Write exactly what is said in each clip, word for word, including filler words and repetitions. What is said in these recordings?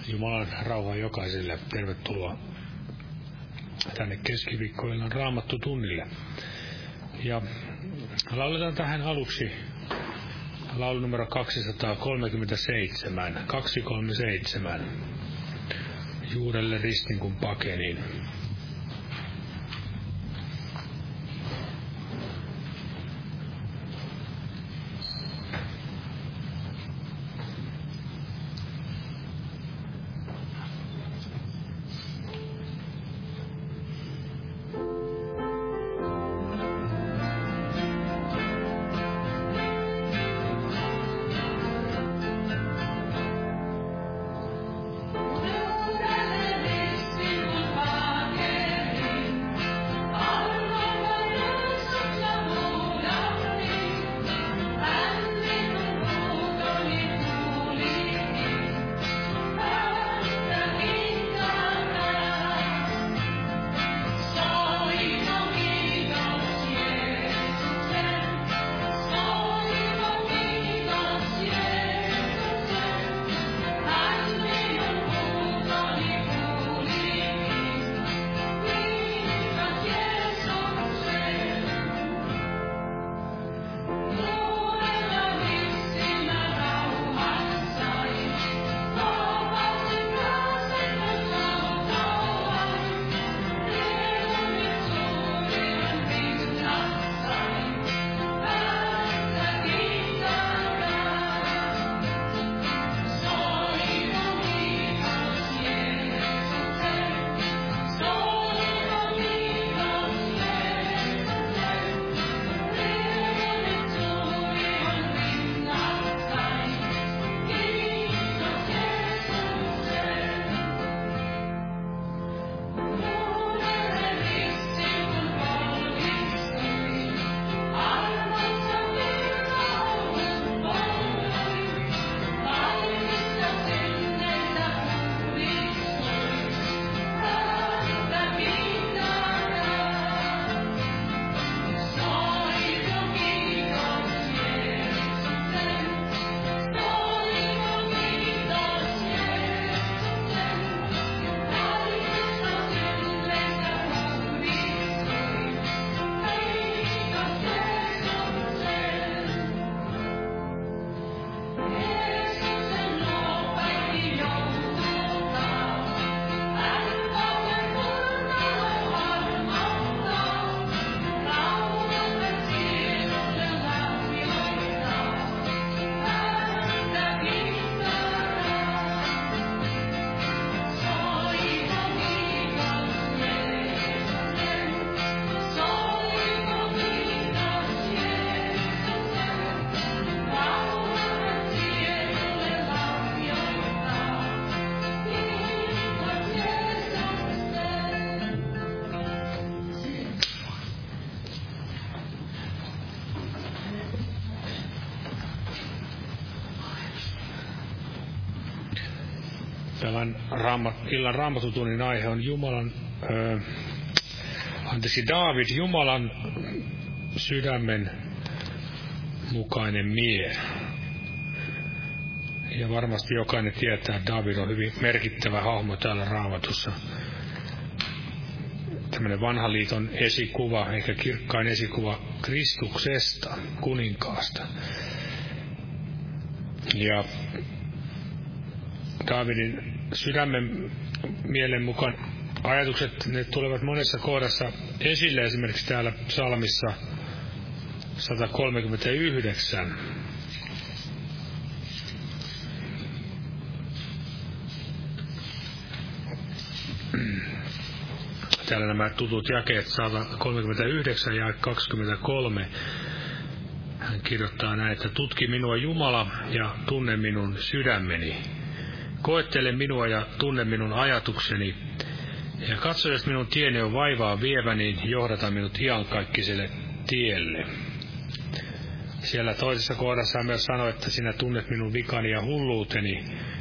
Jumalan rauhaa jokaiselle. Tervetuloa tänne keskiviikkoillan Raamattu tunnille. Ja lauletaan tähän aluksi laulu numero kaksisataakolmekymmentäseitsemän. kaksisataakolmekymmentäseitsemän. Juurelle ristin kun pakenin. Tämän raama, illan Raamatutunnin aihe on Jumalan, äh, anteeksi, Daavid, Jumalan sydämen mukainen mie. Ja varmasti jokainen tietää, että Daavid on hyvin merkittävä hahmo täällä Raamatussa. Tämmöinen vanhan liiton esikuva, eikä kirkkain esikuva Kristuksesta, kuninkaasta. Ja Daavidin sydämen mielen mukaan ajatukset, ne tulevat monessa kohdassa esille, esimerkiksi täällä psalmissa sata kolmekymmentäyhdeksän. Täällä nämä tutut jakeet sata kolmekymmentäyhdeksän ja kaksikymmentäkolme. Hän kirjoittaa näin, että tutki minua Jumala ja tunne minun sydämeni. Koettele minua ja tunne minun ajatukseni. Ja katso, jos minun tieni on vaivaa vievä, niin johdata minut iankaikkiselle tielle. Siellä toisessa kohdassa hän myös sanoi, että sinä tunnet minun vikani ja hulluuteni.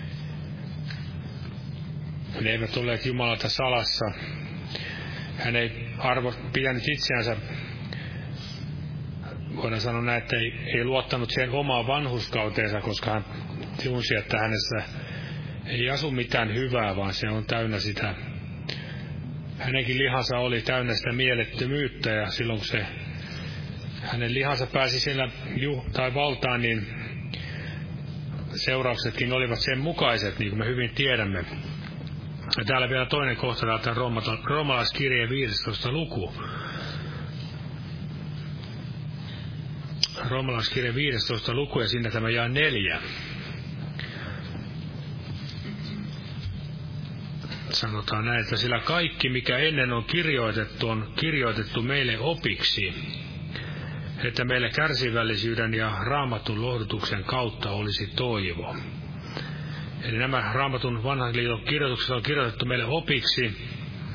Ne eivät olleet Jumalalta salassa. Hän ei arvo pitänyt itseänsä, voidaan sanoa näin, että ei, ei luottanut siihen omaan vanhurskauteensa, koska hän tunsi, että hänessä ei asu mitään hyvää, vaan se on täynnä sitä, hänenkin lihansa oli täynnä sitä mielettömyyttä, ja silloin kun se hänen lihansa pääsi siellä ju- tai valtaan, niin seurauksetkin olivat sen mukaiset, niin kuin me hyvin tiedämme. Ja täällä vielä toinen kohta, täältä roomalaiskirjeen viidestoista luku. Roomalaiskirjeen viidestoista luku, ja siinä tämä jae neljä. Sanotaan näin, että sillä kaikki, mikä ennen on kirjoitettu, on kirjoitettu meille opiksi, että meille kärsivällisyyden ja Raamatun lohdutuksen kautta olisi toivo. Eli nämä Raamatun vanhan liiton kirjoitukset on kirjoitettu meille opiksi,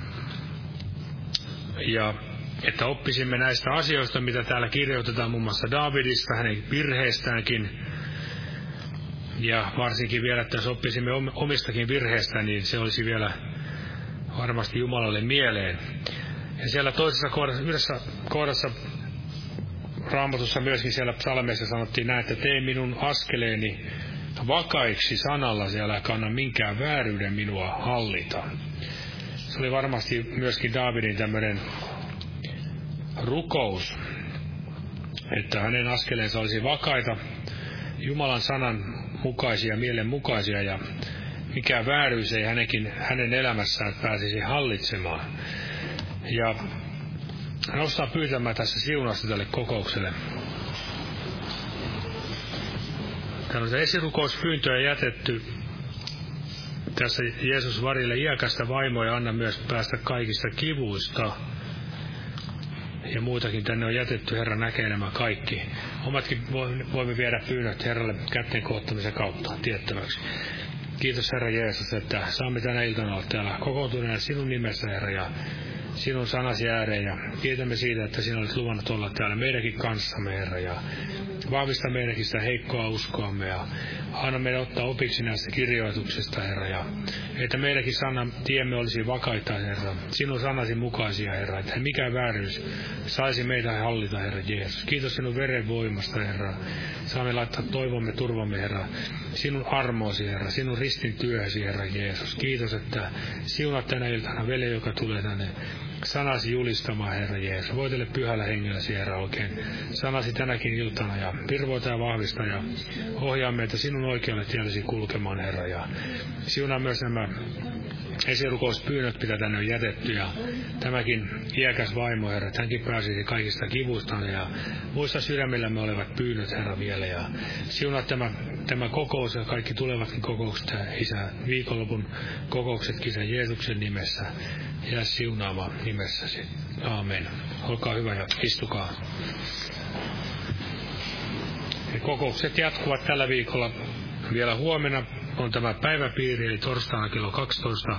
ja että oppisimme näistä asioista, mitä täällä kirjoitetaan muun muassa Daavidista, hänen virheistäänkin, ja varsinkin vielä, että jos oppisimme omistakin virheistä, niin se olisi vielä varmasti Jumalalle mieleen. Ja siellä toisessa kohdassa, yhdessä kohdassa Raamatussa myöskin siellä psalmeissa sanottiin näin, että tee minun askeleeni vakaiksi sanallasi, älä kanna minkään vääryyden minua hallita. Se oli varmasti myöskin Daavidin tämmöinen rukous, että hänen askeleensa olisi vakaita, Jumalan sanan mukaisia, mielen mukaisia, ja mikään vääryys ei hänenkin, hänen elämässään pääsisi hallitsemaan. Ja nostaa pyytämään tässä siunasta tälle kokoukselle. Täällä on esirukouspyyntöjä jätetty. Tässä Jeesus varille iäkästä vaimoa ja anna myös päästä kaikista kivuista. Ja muitakin tänne on jätetty, Herra näkee nämä kaikki. Omatkin voimme viedä pyynnöt Herralle kätten kohtamisen kautta tiettäväksi. Kiitos Herra Jeesus, että saamme tänä iltana olla täällä kokoontuneena sinun nimessä, Herra, ja sinun sanasi ääreen, ja kiitämme siitä, että sinä olet luvannut olla täällä meidänkin kanssamme, Herra, ja vahvista meidänkin sitä heikkoa uskoamme, ja anna meidän ottaa opiksi näistä kirjoituksista, Herra, ja että meidänkin sanan tiemme olisi vakaita, Herra, sinun sanasi mukaisia, Herra, että mikään vääryys saisi meitä hallita, Herra Jeesus. Kiitos sinun veren voimasta, Herra. Saamme laittaa toivomme, turvamme, Herra, sinun armoosi, Herra, sinun ristin työhäsi, Herra Jeesus. Kiitos, että siunat tänä iltana veli, joka tulee tänne sanasi julistamaan, Herra Jeesus. Voitele pyhällä hengelläsi, Herra, oikein sanasi tänäkin iltana, ja virvoita ja vahvista, ja ohjaa meitä sinun oikealle tiellesi kulkemaan, Herra, ja siunaa myös nämä esirukouspyynnöt, mitä tänne on jätetty, ja tämäkin iäkäs vaimo, Herra, että hänkin pääsisi kaikista kivuistaan, ja muista sydämellämme olevat pyynnöt, Herra, vielä, ja siunaa tämä, tämä kokous ja kaikki tulevatkin kokoukset, Isä, viikonlopun kokouksetkin, Isä, Jeesuksen nimessä, ja siunaamaan nimessäsi. Aamen. Olkaa hyvä ja istukaa. Ja kokoukset jatkuvat tällä viikolla. Vielä huomenna on tämä päiväpiiri, eli torstaina kello kaksitoista.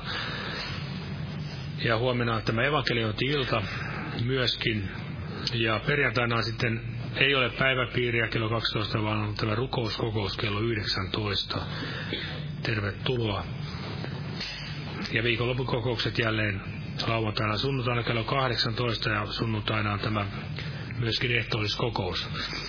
Ja huomenna on tämä evankeliointi-ilta myöskin. Ja perjantaina sitten ei ole päiväpiiriä kello kaksitoista, vaan on tämä rukouskokous kello yhdeksäntoista. Tervetuloa. Ja viikonlopun kokoukset jälleen lauantaina, sunnuntaina kello kahdeksantoista, ja sunnuntaina on tämä myöskin ehtoolliskokous.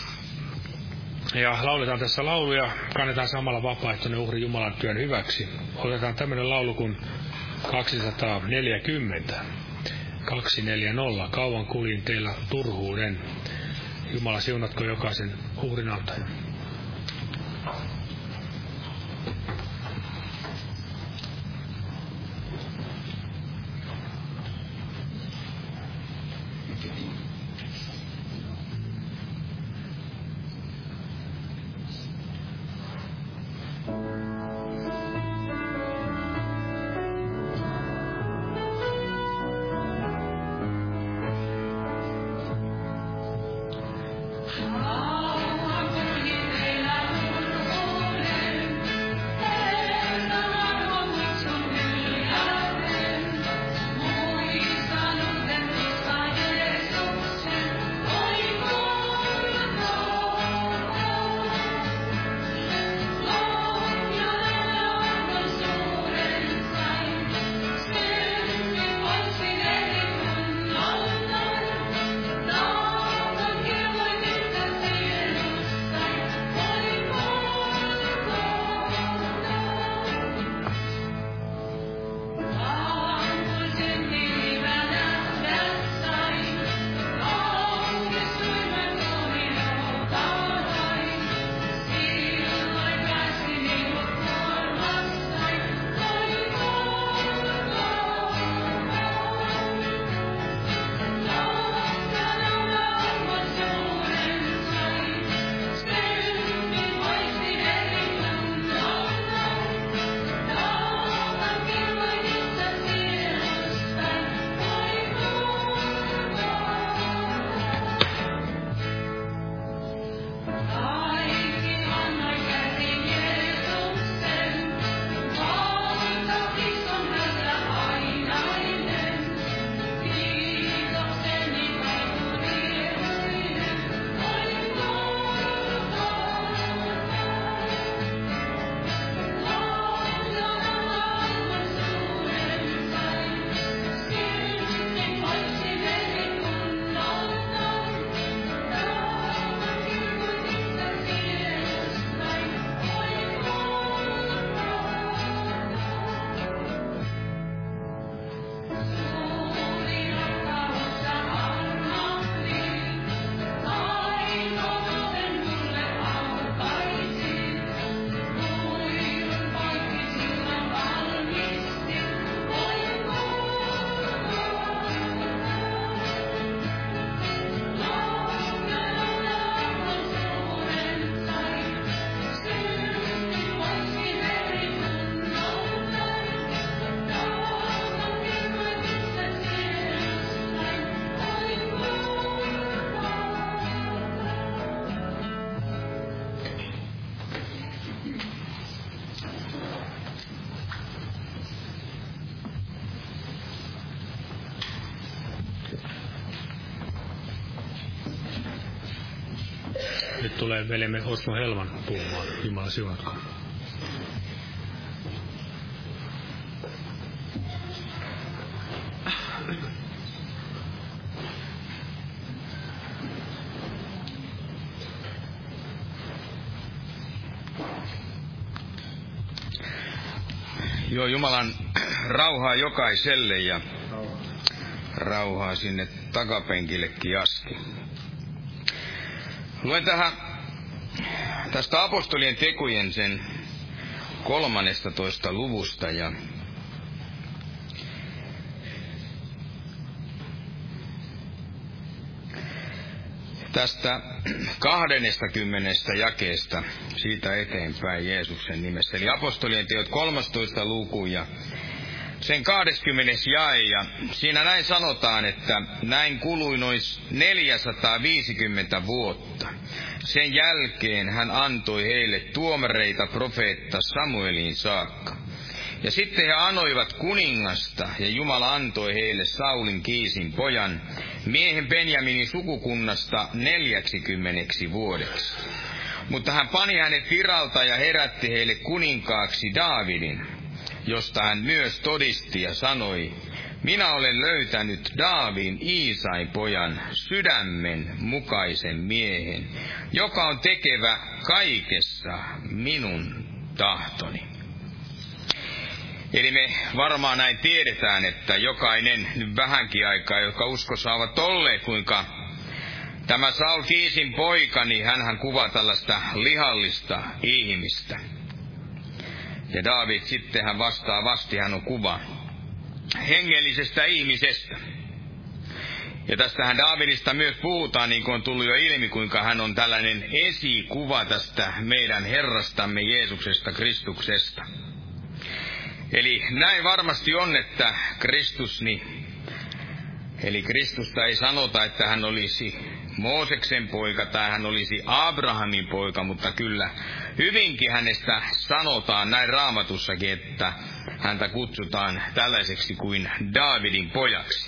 Ja lauletaan tässä lauluja, kannetaan samalla vapaaehtoinen uhri Jumalan työn hyväksi. Otetaan tämmöinen laulu kuin kaksisataaneljäkymmentä. kaksisataaneljäkymmentä. Kauan kuljin teillä turhuuden. Jumala siunatko jokaisen uhrin antajan. Oh tulee veljemme Osmo Helman puhumaan. Jumala siunatkoon. Joo, Jumalan rauhaa jokaiselle ja rauhaa sinne takapenkillekin asti. Luen tähän tästä apostolien tekojen sen kolmannestatoista luvusta ja tästä kahdestakymmenestä jakeesta siitä eteenpäin Jeesuksen nimessä. Eli apostolien teot kolmastoista luku ja sen kahdeskymmenes jae. Ja siinä näin sanotaan, että näin kului noin neljäsataaviisikymmentä vuotta. Sen jälkeen hän antoi heille tuomareita profeetta Samueliin saakka. Ja sitten he anoivat kuningasta, ja Jumala antoi heille Saulin Kiisin pojan, miehen Benjaminin sukukunnasta neljäksikymmeneksi vuodeksi. Mutta hän pani hänet viralta ja herätti heille kuninkaaksi Daavidin, josta hän myös todisti ja sanoi, minä olen löytänyt Daavidin Iisain pojan sydämen mukaisen miehen, joka on tekevä kaikessa minun tahtoni. Eli me varmaan näin tiedetään, että jokainen nyt vähänkin aikaa, jotka uskossa ovat olleet, kuinka tämä Saul Kiisin poika, niin hänhän kuvaa tällaista lihallista ihmistä. Ja Daavid sitten hän vastaavasti, hän on kuva hengellisestä ihmisestä. Ja tästähän Daavidista myös puhutaan, niin kuin on tullut jo ilmi, kuinka hän on tällainen esikuva tästä meidän Herrastamme Jeesuksesta Kristuksesta. Eli näin varmasti on, että Kristus, niin, eli Kristusta ei sanota, että hän olisi Mooseksen poika tai hän olisi Abrahamin poika, mutta kyllä hyvinkin hänestä sanotaan näin Raamatussakin, että häntä kutsutaan tällaiseksi kuin Daavidin pojaksi.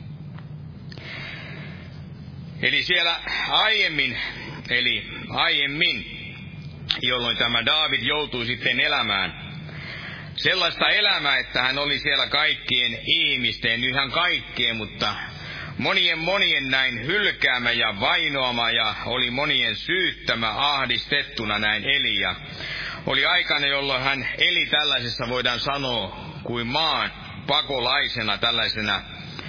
Eli siellä aiemmin, eli aiemmin, jolloin tämä Daavid joutui sitten elämään sellaista elämää, että hän oli siellä kaikkien ihmisten, ihan kaikkien, mutta monien monien näin hylkäämä ja vainoama ja oli monien syyttämä, ahdistettuna näin eli. Ja oli aikana, jolloin hän eli tällaisessa, voidaan sanoa, kuin maan pakolaisena, tällaisena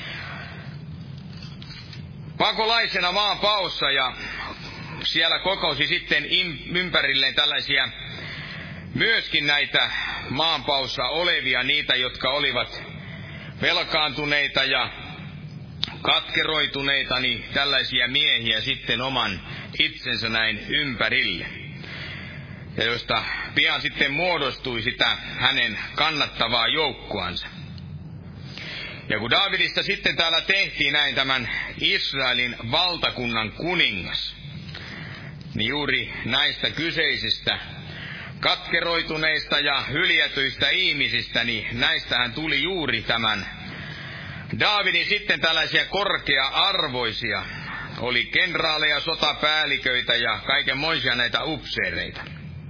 pakolaisena maan paossa, ja siellä kokousi sitten ympärilleen tällaisia myöskin näitä maanpaossa olevia, niitä, jotka olivat velkaantuneita ja katkeroituneita, niin tällaisia miehiä sitten oman itsensä näin ympärille. Ja joista pian sitten muodostui sitä hänen kannattavaa joukkoansa. Ja kun Daavidista sitten täällä tehtiin näin tämän Israelin valtakunnan kuningas, niin juuri näistä kyseisistä katkeroituneista ja hyljätyistä ihmisistä, niin näistähän tuli juuri tämän Daavidin sitten tällaisia korkea-arvoisia, oli kenraaleja, sotapäälliköitä ja kaikenmoisia näitä upseereita.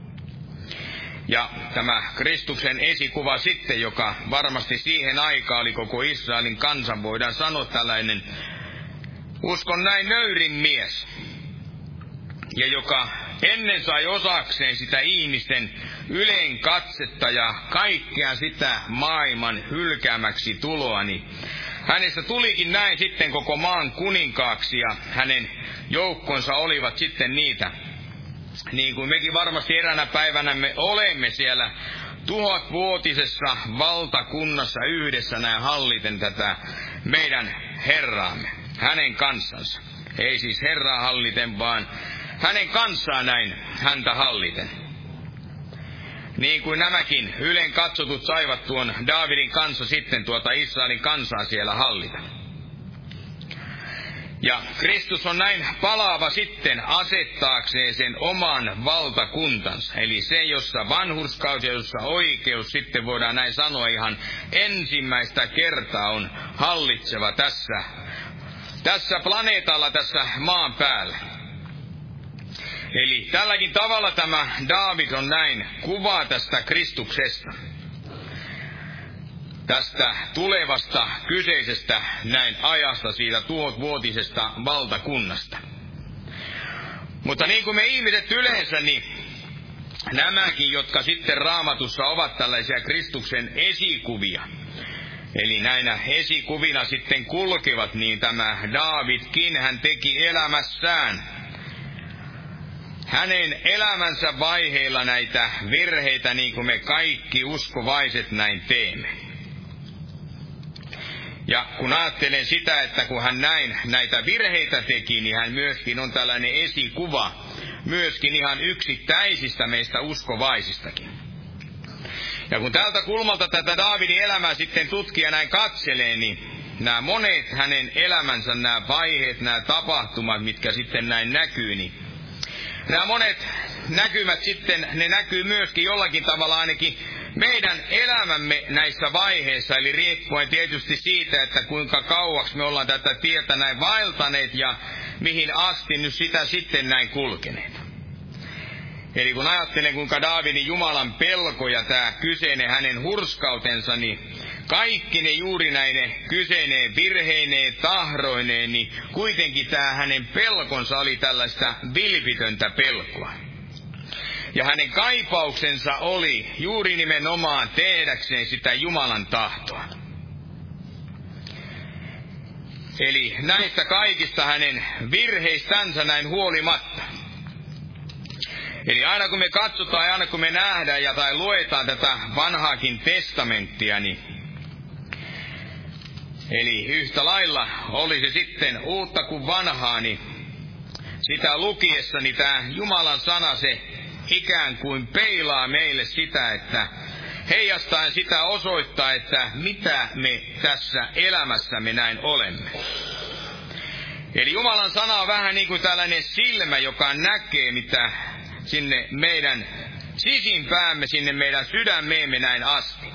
Ja tämä Kristuksen esikuva sitten, joka varmasti siihen aikaan oli koko Israelin kansan, voidaan sanoa tällainen, uskon näin, nöyrin mies, ja joka ennen sai osakseen sitä ihmisten yleen katsetta ja kaikkea sitä maailman hylkäämäksi tuloa, niin hänestä tulikin näin sitten koko maan kuninkaaksi, ja hänen joukkonsa olivat sitten niitä, niin kuin mekin varmasti eräänä päivänä me olemme siellä tuhatvuotisessa valtakunnassa yhdessä näin halliten tätä meidän Herraamme, hänen kansansa. Ei siis Herraa halliten, vaan hänen kanssaan näin häntä halliten. Niin kuin nämäkin ylen katsotut saivat tuon Daavidin kanssa sitten tuota Israelin kansaa siellä hallita. Ja Kristus on näin palaava sitten asettaakseen sen oman valtakuntansa. Eli se, jossa vanhurskaus ja jossa oikeus sitten voidaan näin sanoa ihan ensimmäistä kertaa on hallitseva tässä, tässä planeetalla, tässä maan päällä. Eli tälläkin tavalla tämä Daavid on näin kuvaa tästä Kristuksesta, tästä tulevasta kyseisestä näin ajasta, siitä tuhatvuotisesta valtakunnasta. Mutta niin kuin me ihmiset yleensä, niin nämäkin, jotka sitten Raamatussa ovat tällaisia Kristuksen esikuvia, eli näinä esikuvina sitten kulkevat, niin tämä Daavidkin, hän teki elämässään, hänen elämänsä vaiheilla näitä virheitä, niin kuin me kaikki uskovaiset näin teemme. Ja kun ajattelen sitä, että kun hän näin näitä virheitä teki, niin hän myöskin on tällainen esikuva myöskin ihan yksittäisistä meistä uskovaisistakin. Ja kun tältä kulmalta tätä Daavidin elämää sitten tutkija näin katselee, niin nämä monet hänen elämänsä, nämä vaiheet, nämä tapahtumat, mitkä sitten näin näkyy, niin nämä monet näkymät sitten, ne näkyy myöskin jollakin tavalla ainakin meidän elämämme näissä vaiheissa, eli riippuen tietysti siitä, että kuinka kauaksi me ollaan tätä tietä näin vaeltaneet ja mihin asti nyt sitä sitten näin kulkeneet. Eli kun ajattelen, kuinka Daavidin Jumalan pelko ja tämä kyseinen hänen hurskautensa, niin kaikki ne juuri näine kyseineen virheineen, tahroineen, niin kuitenkin tämä hänen pelkonsa oli tällaista vilpitöntä pelkoa. Ja hänen kaipauksensa oli juuri nimenomaan tehdäkseen sitä Jumalan tahtoa. Eli näistä kaikista hänen virheistänsä näin huolimatta. Eli aina kun me katsotaan ja aina kun me nähdään ja tai luetaan tätä vanhaakin testamenttia, niin eli yhtä lailla oli se sitten uutta kuin vanhaa, niin sitä lukiessa, niin tämä Jumalan sana se ikään kuin peilaa meille sitä, että heijastaen sitä osoittaa, että mitä me tässä elämässämme näin olemme. Eli Jumalan sana on vähän niin kuin tällainen silmä, joka näkee, mitä sinne meidän sisimpäämme, sinne meidän sydämeemme näin asti.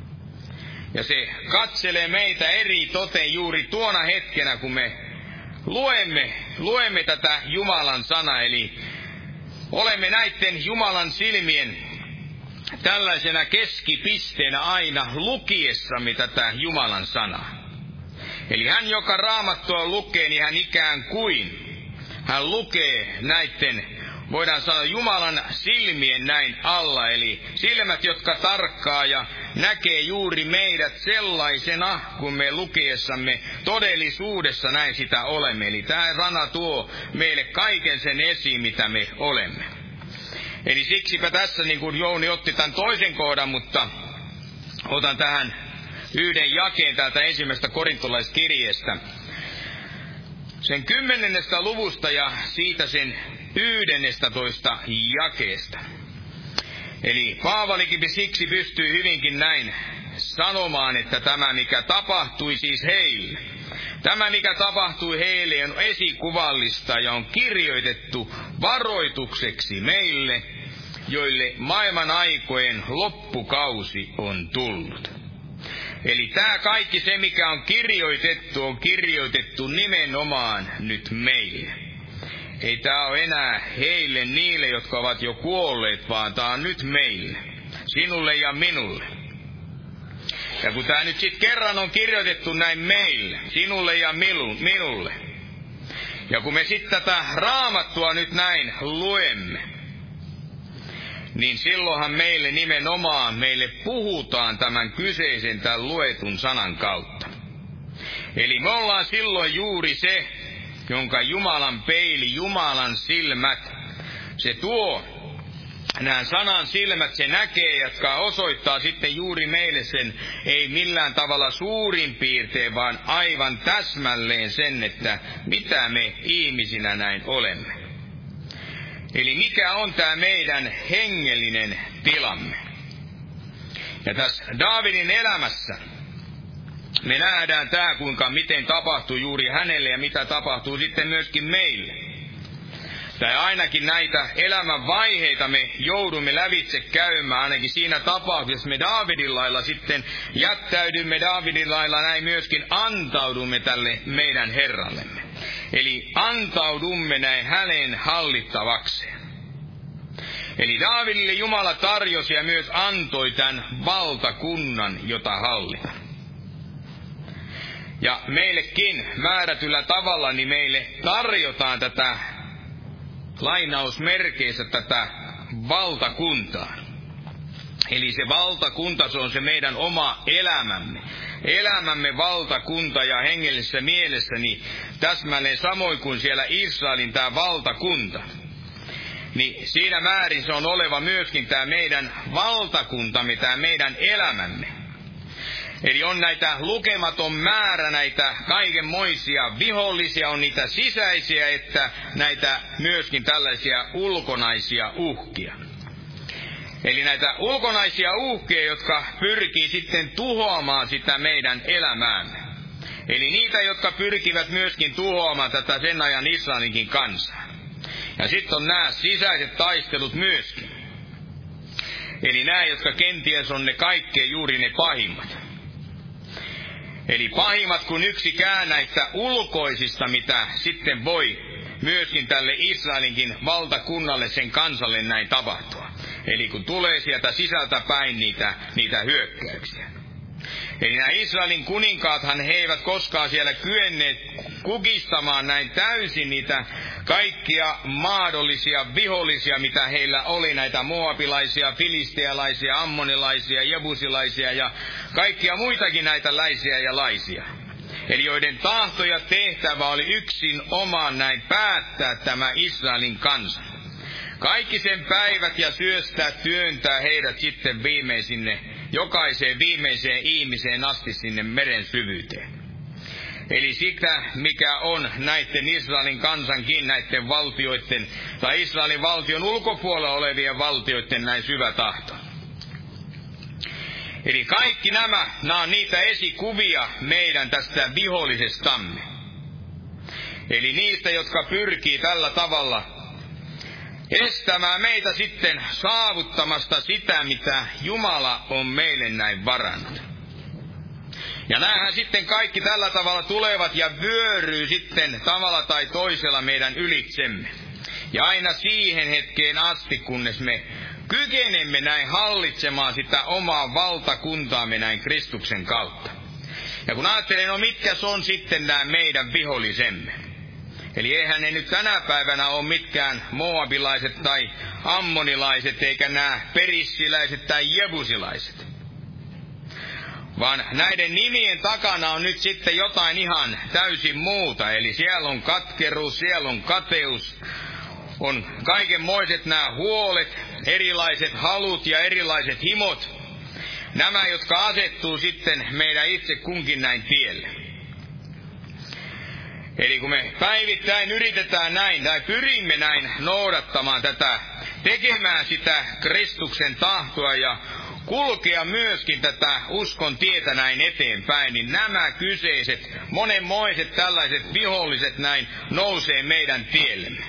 Ja se katselee meitä eri toteen juuri tuona hetkenä, kun me luemme, luemme tätä Jumalan sanaa, eli olemme näiden Jumalan silmien tällaisena keskipisteenä aina lukiessamme tätä Jumalan sanaa. Eli hän, joka Raamattua lukee, niin hän ikään kuin, hän lukee näiden, voidaan sanoa, Jumalan silmien näin alla. Eli silmät, jotka tarkkaa ja näkee juuri meidät sellaisena, kun me lukiessamme todellisuudessa näin sitä olemme. Eli tämä rana tuo meille kaiken sen esiin, mitä me olemme. Eli siksipä tässä, niin kuin Jouni otti tämän toisen kohdan, mutta otan tähän yhden jakeen täältä ensimmäisestä korintolaiskirjeestä. Sen kymmenennestä luvusta ja siitä sen yhdennestä toista jakeesta. Eli Paavalikin siksi pystyy hyvinkin näin sanomaan, että tämä mikä tapahtui siis heille, tämä mikä tapahtui heille on esikuvallista ja on kirjoitettu varoitukseksi meille, joille maailman aikojen loppukausi on tullut. Eli tämä kaikki se, mikä on kirjoitettu, on kirjoitettu nimenomaan nyt meille. Ei tämä ole enää heille, niille, jotka ovat jo kuolleet, vaan tämä on nyt meille, sinulle ja minulle. Ja kun tämä nyt sitten kerran on kirjoitettu näin meille, sinulle ja minulle, ja kun me sitten tätä Raamattua nyt näin luemme, niin silloinhan meille nimenomaan, meille puhutaan tämän kyseisen, tämän luetun sanan kautta. Eli me ollaan silloin juuri se, jonka Jumalan peili, Jumalan silmät, se tuo, nämä sanan silmät, se näkee, jotka osoittaa sitten juuri meille sen, ei millään tavalla suurin piirtein, vaan aivan täsmälleen sen, että mitä me ihmisinä näin olemme. Eli mikä on tämä meidän hengellinen tilamme. Ja tässä Daavidin elämässä me nähdään tämä, kuinka miten tapahtuu juuri hänelle ja mitä tapahtuu sitten myöskin meille. Tai ainakin näitä elämän vaiheita me joudumme lävitse käymään, ainakin siinä tapauksessa me Daavidin lailla sitten jättäydymme Daavidin lailla näin myöskin antaudumme tälle meidän Herrallemme. Eli antaudumme näin hänen hallittavakseen. Eli Daavidille Jumala tarjosi ja myös antoi tämän valtakunnan, jota hallita. Ja meillekin määrätyllä tavalla niin meille tarjotaan tätä lainausmerkeissä tätä valtakuntaa. Eli se valtakunta, se on se meidän oma elämämme. Elämämme valtakunta ja hengellisessä mielessä, niin täsmälleen samoin kuin siellä Israelin tämä valtakunta. Niin siinä määrin se on oleva myöskin tämä meidän valtakuntamme, tämä meidän elämämme. Eli on näitä lukematon määrä näitä kaikenmoisia vihollisia, on niitä sisäisiä, että näitä myöskin tällaisia ulkonaisia uhkia. Eli näitä ulkonaisia uhkia, jotka pyrkii sitten tuhoamaan sitä meidän elämäämme. Eli niitä, jotka pyrkivät myöskin tuhoamaan tätä sen ajan Israelinkin kansaa. Ja sitten on nämä sisäiset taistelut myöskin. Eli nämä, jotka kenties on ne kaikkein juuri ne pahimmat. Eli pahimmat kuin yksikään näistä ulkoisista, mitä sitten voi myöskin tälle Israelinkin valtakunnalle, sen kansalle näin tapahtua. Eli kun tulee sieltä sisältä päin niitä, niitä hyökkäyksiä. Eli nämä Israelin kuninkaathan he eivät koskaan siellä kyenneet kukistamaan näin täysin niitä kaikkia mahdollisia vihollisia, mitä heillä oli, näitä moabilaisia, filistealaisia, ammonilaisia, jebusilaisia ja kaikkia muitakin näitä läisiä ja laisia. Eli joiden tahto ja tehtävä oli yksin omaan näin päättää tämä Israelin kansa. Kaikki sen päivät ja syöstää, työntää heidät sitten viimeisinne, jokaiseen viimeiseen ihmiseen asti sinne meren syvyyteen. Eli sitä, mikä on näiden Israelin kansankin, näiden valtioiden, tai Israelin valtion ulkopuolella olevien valtioiden näin syvä tahto. Eli kaikki nämä, nämä on niitä esikuvia meidän tästä vihollisestamme. Eli niistä, jotka pyrkii tällä tavalla estämään meitä sitten saavuttamasta sitä, mitä Jumala on meille näin varannut. Ja näähän sitten kaikki tällä tavalla tulevat ja vyöryy sitten tavalla tai toisella meidän ylitsemme. Ja aina siihen hetkeen asti, kunnes me kykenemme näin hallitsemaan sitä omaa valtakuntaamme näin Kristuksen kautta. Ja kun ajattelen, no mitkä on sitten nämä meidän vihollisemme. Eli eihän ne nyt tänä päivänä ole mitkään moabilaiset tai ammonilaiset, eikä nämä perissiläiset tai jebusilaiset. Vaan näiden nimien takana on nyt sitten jotain ihan täysin muuta. Eli siellä on katkeruus, siellä on kateus, on kaikenmoiset nämä huolet, erilaiset halut ja erilaiset himot. Nämä, jotka asettuu sitten meidän itse kunkin näin tielle. Eli kun me päivittäin yritetään näin, tai pyrimme näin noudattamaan tätä, tekemään sitä Kristuksen tahtoa ja kulkea myöskin tätä uskon tietä näin eteenpäin, niin nämä kyseiset, monenmoiset tällaiset viholliset näin nousee meidän tiellemme.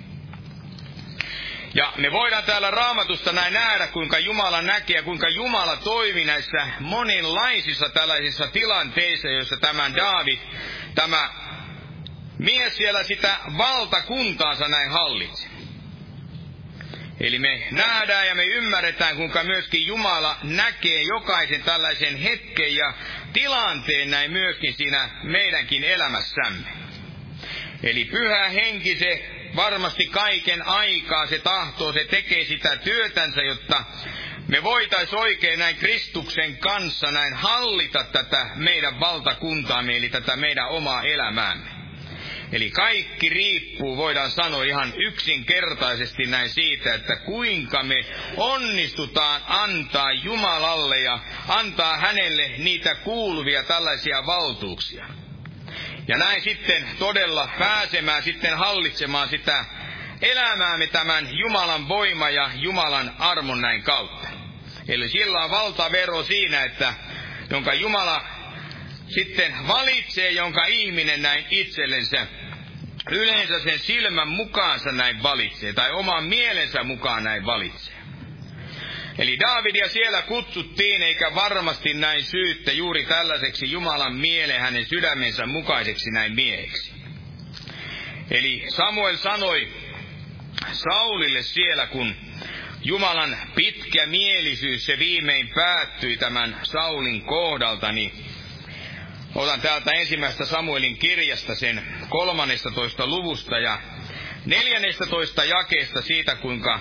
Ja me voidaan täällä Raamatusta näin nähdä, kuinka Jumala näkee ja kuinka Jumala toimi näissä monenlaisissa tällaisissa tilanteissa, joissa tämä Daavid, tämä mies siellä sitä valtakuntaansa näin hallitsi. Eli me nähdään ja me ymmärretään, kuinka myöskin Jumala näkee jokaisen tällaisen hetken ja tilanteen näin myöskin siinä meidänkin elämässämme. Eli Pyhä Henki, se varmasti kaiken aikaa, se tahtoo, se tekee sitä työtänsä, jotta me voitaisiin oikein näin Kristuksen kanssa näin hallita tätä meidän valtakuntaamme, eli tätä meidän omaa elämäämme. Eli kaikki riippuu, voidaan sanoa ihan yksinkertaisesti näin siitä, että kuinka me onnistutaan antaa Jumalalle ja antaa hänelle niitä kuuluvia tällaisia valtuuksia. Ja näin sitten todella pääsemään sitten hallitsemaan sitä elämäämme tämän Jumalan voima ja Jumalan armon näin kautta. Eli sillä on valtavero siinä, että jonka Jumala sitten valitsee, jonka ihminen näin itsellensä yleensä sen silmän mukaansa näin valitsee, tai oman mielensä mukaan näin valitsee. Eli Daavidia siellä kutsuttiin, eikä varmasti näin syyttä juuri tällaiseksi Jumalan mieleen hänen sydämensä mukaiseksi näin mieheksi. Eli Samuel sanoi Saulille siellä, kun Jumalan pitkä mielisyys, se viimein päättyi tämän Saulin kohdalta, niin otan täältä ensimmäistä Samuelin kirjasta sen kolmannestatoista luvusta ja neljännestatoista jakeesta siitä, kuinka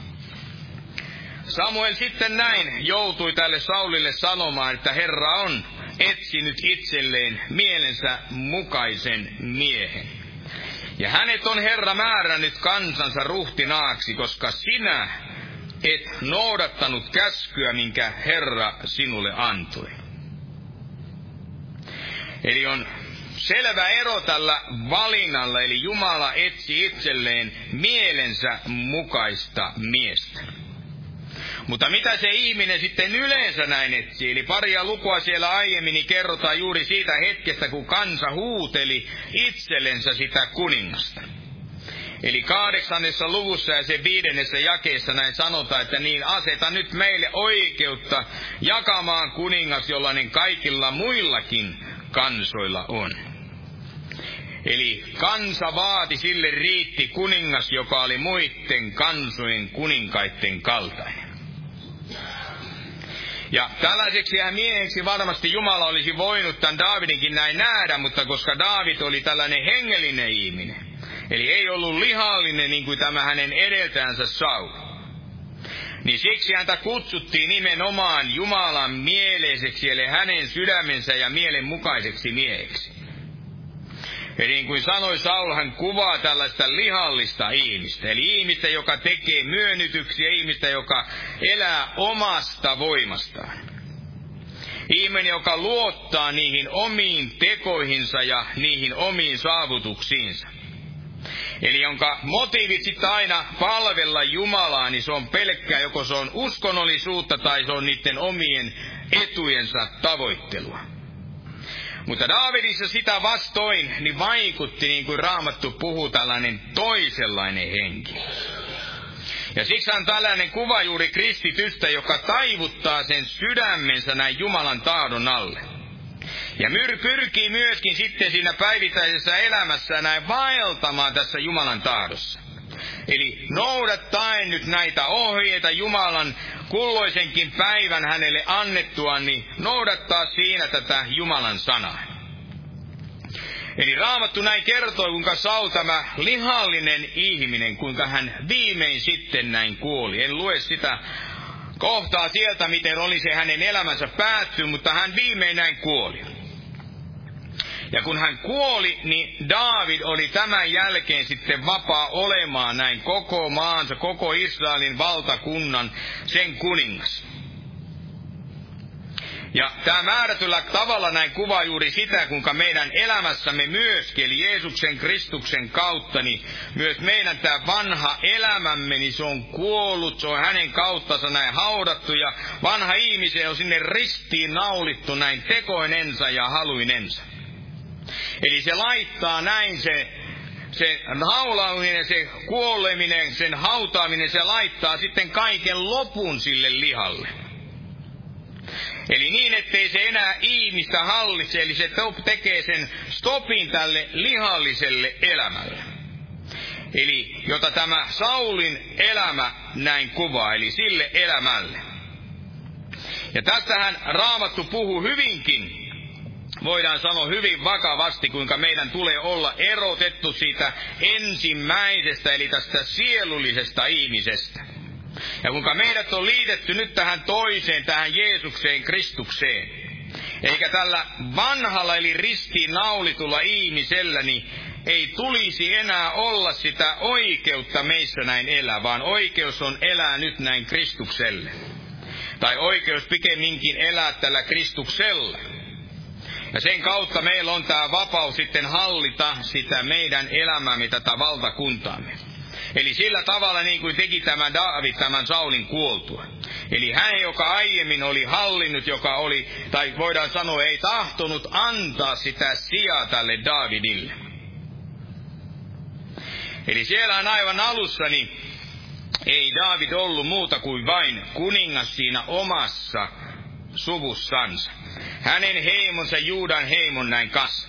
Samuel sitten näin joutui tälle Saulille sanomaan, että Herra on etsinyt itselleen mielensä mukaisen miehen. Ja hänet on Herra määrännyt kansansa ruhtinaaksi, koska sinä et noudattanut käskyä, minkä Herra sinulle antoi. Eli on selvä ero tällä valinnalla, eli Jumala etsi itselleen mielensä mukaista miestä. Mutta mitä se ihminen sitten yleensä näin etsii? Eli paria lukua siellä aiemmin niin kerrotaan juuri siitä hetkestä, kun kansa huuteli itsellensä sitä kuningasta. Eli kahdeksannessa luvussa ja sen viidennessä jakeessa näin sanotaan, että niin aseta nyt meille oikeutta jakamaan kuningas, jollainen kaikilla muillakin kansoilla on. Eli kansa vaati, sille riitti kuningas, joka oli muiden kansojen kuninkaiden kaltainen. Ja tällaiseksi ja mieheksi varmasti Jumala olisi voinut tämän Daavidinkin näin nähdä, mutta koska Daavid oli tällainen hengellinen ihminen, eli ei ollut lihallinen niin kuin tämä hänen edeltäjänsä Saul, niin siksi häntä kutsuttiin nimenomaan Jumalan mieleiseksi, eli hänen sydämensä ja mielen mukaiseksi mieheksi. Eli niin kuin sanoi Saul, hän kuvaa tällaista lihallista ihmistä, eli ihmistä, joka tekee myönnytyksiä, ihmistä, joka elää omasta voimastaan. Ihminen, joka luottaa niihin omiin tekoihinsa ja niihin omiin saavutuksiinsa. Eli jonka motiivit sitten aina palvella Jumalaa, niin se on pelkkää, joko se on uskonnollisuutta tai se on niiden omien etujensa tavoittelua. Mutta Daavidissa sitä vastoin niin vaikutti, niin kuin Raamattu puhuu, tällainen toisenlainen henki. Ja siksi on tällainen kuva juuri kristitystä, joka taivuttaa sen sydämensä näin Jumalan tahdon alle. Ja myr pyrkii myöskin sitten siinä päivittäisessä elämässä näin vaeltamaan tässä Jumalan tahdossa. Eli noudattaen nyt näitä ohjeita Jumalan kulloisenkin päivän hänelle annettua, niin noudattaa siinä tätä Jumalan sanaa. Eli Raamattu näin kertoo, kuinka Saul, tämä lihallinen ihminen, kuinka hän viimein sitten näin kuoli. En lue sitä kohtaa sieltä, miten oli se hänen elämänsä päättynyt, mutta hän viimein näin kuoli. Ja kun hän kuoli, niin Daavid oli tämän jälkeen sitten vapaa olemaan näin koko maansa, koko Israelin valtakunnan, sen kuningas. Ja tämä määrätyllä tavalla näin kuvaa juuri sitä, kuinka meidän elämässämme myöskin, eli Jeesuksen Kristuksen kautta, niin myös meidän tämä vanha elämämme, niin se on kuollut, se on hänen kauttansa näin haudattu, ja vanha ihminen on sinne ristiin naulittu näin tekoinensa ja haluinensa. Eli se laittaa näin se, se haulaaminen, se kuoleminen, sen hautaaminen, se laittaa sitten kaiken lopun sille lihalle. Eli niin, ettei se enää ihmistä hallitse, eli se tekee sen stopin tälle lihalliselle elämälle. Eli jota tämä Saulin elämä näin kuvaa, eli sille elämälle. Ja tästähän Raamattu puhuu hyvinkin, voidaan sanoa hyvin vakavasti, kuinka meidän tulee olla erotettu siitä ensimmäisestä, eli tästä sielullisesta ihmisestä. Ja kuinka meidät on liitetty nyt tähän toiseen, tähän Jeesukseen, Kristukseen. Eikä tällä vanhalla, eli ristiin naulitulla ihmisellä, niin ei tulisi enää olla sitä oikeutta meissä näin elää, vaan oikeus on elää nyt näin Kristukselle. Tai oikeus pikemminkin elää tällä Kristuksella. Ja sen kautta meillä on tämä vapaus sitten hallita sitä meidän elämäämme, tätä valtakuntaamme. Eli sillä tavalla niin kuin teki tämä Daavid tämän Saulin kuoltua. Eli hän, joka aiemmin oli hallinnut, joka oli, tai voidaan sanoa, ei tahtonut antaa sitä sijaa tälle Daavidille. Eli siellä on aivan alussa, niin ei Daavid ollut muuta kuin vain kuningas siinä omassa suvussansa. Hänen heimonsa, Juudan heimon näin kas.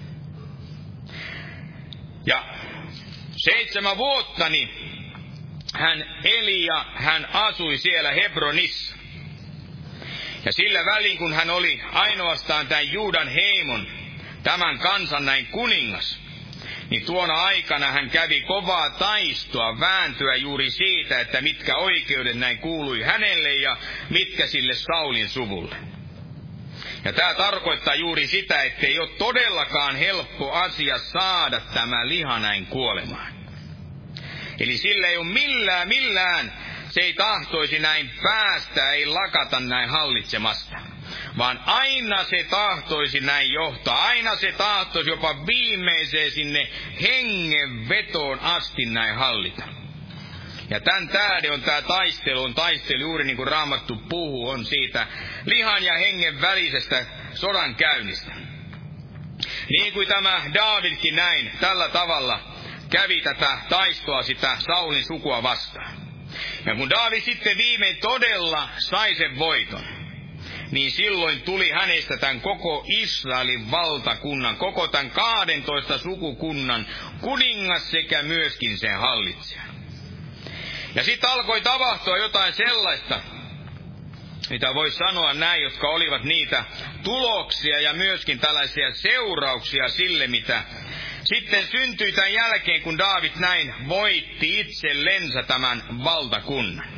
Ja seitsemän vuotta niin hän eli ja hän asui siellä Hebronissa. Ja sillä välin, kun hän oli ainoastaan tämän Juudan heimon, tämän kansan näin kuningas, niin tuona aikana hän kävi kovaa taistoa, vääntyä juuri siitä, että mitkä oikeudet näin kuului hänelle ja mitkä sille Saulin suvulle. Ja tämä tarkoittaa juuri sitä, ettei ole todellakaan helppo asia saada tämä liha näin kuolemaan. Eli sillä ei ole millään, millään, se ei tahtoisi näin päästä, ei lakata näin hallitsemasta. Vaan aina se tahtoisi näin johtaa, aina se tahtoisi jopa viimeiseen sinne hengenvetoon asti näin hallita. Ja tämän tähden on tämä taistelu, on taistelu juuri niin kuin Raamattu puhuu, on siitä lihan ja hengen välisestä sodan käynnistä. Niin kuin tämä Daavidkin näin tällä tavalla kävi tätä taistoa sitä Saulin sukua vastaan. Ja kun Daavid sitten viimein todella sai sen voiton, niin silloin tuli hänestä tämän koko Israelin valtakunnan, koko tämän kahdentoista sukukunnan kuningas sekä myöskin sen hallitsija. Ja sitten alkoi tapahtua jotain sellaista, mitä voi sanoa näin, jotka olivat niitä tuloksia ja myöskin tällaisia seurauksia sille, mitä sitten syntyi tämän jälkeen, kun Daavid näin voitti itsellensä tämän valtakunnan.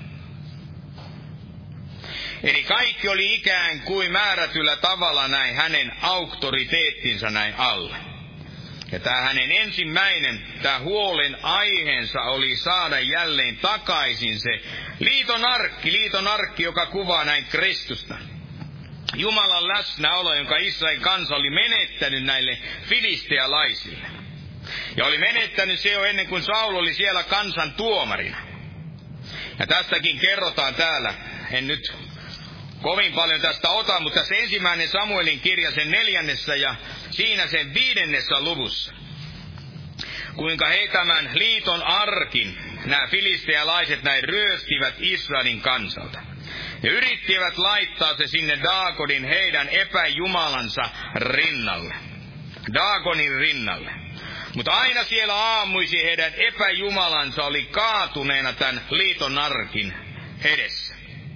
Eli kaikki oli ikään kuin määrätyllä tavalla näin hänen auktoriteettinsa näin alla. Ja tämä hänen ensimmäinen, tämä huolen aiheensa oli saada jälleen takaisin se liiton arkki, liiton arkki, joka kuvaa näin Kristusta. Jumalan läsnäolo, jonka Israelin kansa oli menettänyt näille filistealaisille. Ja oli menettänyt se jo ennen kuin Saul oli siellä kansan tuomarina. Ja tästäkin kerrotaan täällä, en nyt kovin paljon tästä ota, mutta se ensimmäinen Samuelin kirja sen neljännessä ja siinä sen viidennessä luvussa. Kuinka he tämän liiton arkin, nämä filistealaiset näin ryöstivät Israelin kansalta. Ja yrittivät laittaa se sinne Daagodin heidän epäjumalansa rinnalle. Daagonin rinnalle. Mutta aina siellä aamuisi heidän epäjumalansa oli kaatuneena tämän liiton arkin edessä.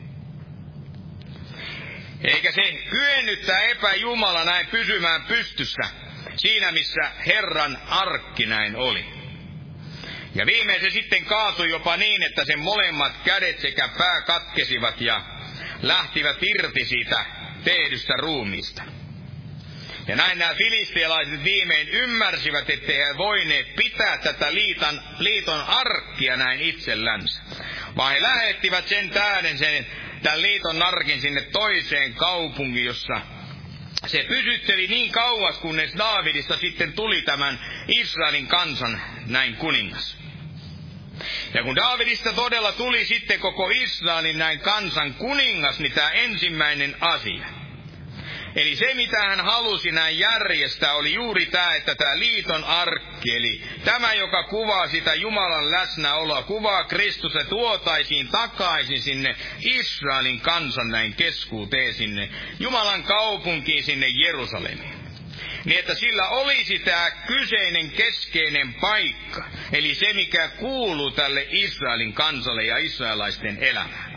Eikä se kyennyt tämä epäjumala näin pysymään pystyssä siinä, missä Herran arkki näin oli. Ja viimein se sitten kaatui jopa niin, että sen molemmat kädet sekä pää katkesivat ja lähtivät irti siitä tehdystä ruumiista. Ja näin nämä filistealaiset viimein ymmärsivät, ettei he voineet pitää tätä liiton, liiton arkkia näin itsellänsä. Vaan he lähettivät sen tähden sen tämän liiton arkin sinne toiseen kaupunkiin, jossa se pysytteli niin kauas, kunnes Daavidista sitten tuli tämän Israelin kansan näin kuningas. Ja kun Daavidista todella tuli sitten koko Israelin näin kansan kuningas, niin tämä ensimmäinen asia. Eli se, mitä hän halusi näin järjestää, oli juuri tämä, että tämä liiton arkki, eli tämä, joka kuvaa sitä Jumalan läsnäoloa, kuvaa Kristusta, tuotaisiin takaisin sinne Israelin kansan näin keskuuteen, sinne Jumalan kaupunkiin, sinne Jerusalemiin. Niin, että sillä olisi tämä kyseinen keskeinen paikka, eli se, mikä kuuluu tälle Israelin kansalle ja israelaisten elämään.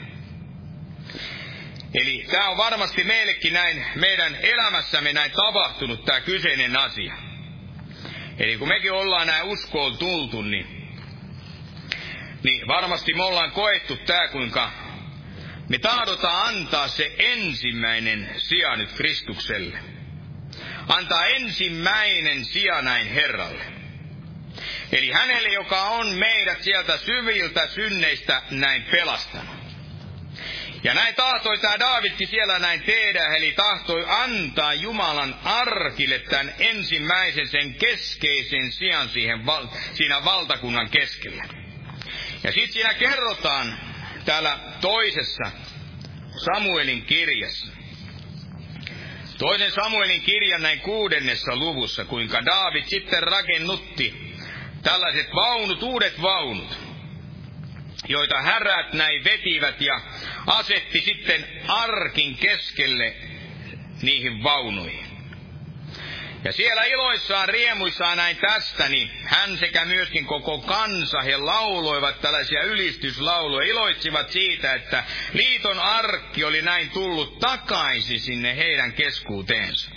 Eli tämä on varmasti meillekin näin meidän elämässämme näin tapahtunut tämä kyseinen asia. Eli kun mekin ollaan näin uskoon tultu, niin, niin varmasti me ollaan koettu tämä, kuinka me tahdotaan antaa se ensimmäinen sija nyt Kristukselle. Antaa ensimmäinen sija näin Herralle. Eli hänelle, joka on meidät sieltä syviltä synneistä näin pelastanut. Ja näin tahtoi tämä Daavidkin siellä näin tehdä, eli tahtoi antaa Jumalan arkille tämän ensimmäisen sen keskeisen sijan siihen val- siinä valtakunnan keskellä. Ja sitten siinä kerrotaan täällä toisessa Samuelin kirjassa, toisen Samuelin kirjan näin kuudennessa luvussa, kuinka Daavid sitten rakennutti tällaiset vaunut, uudet vaunut, joita härät näin vetivät ja asetti sitten arkin keskelle niihin vaunuihin. Ja siellä iloissaan, riemuissaan näin tästä, niin hän sekä myöskin koko kansa, he lauloivat tällaisia ylistyslauluja, iloitsivat siitä, että liiton arkki oli näin tullut takaisin sinne heidän keskuuteensa.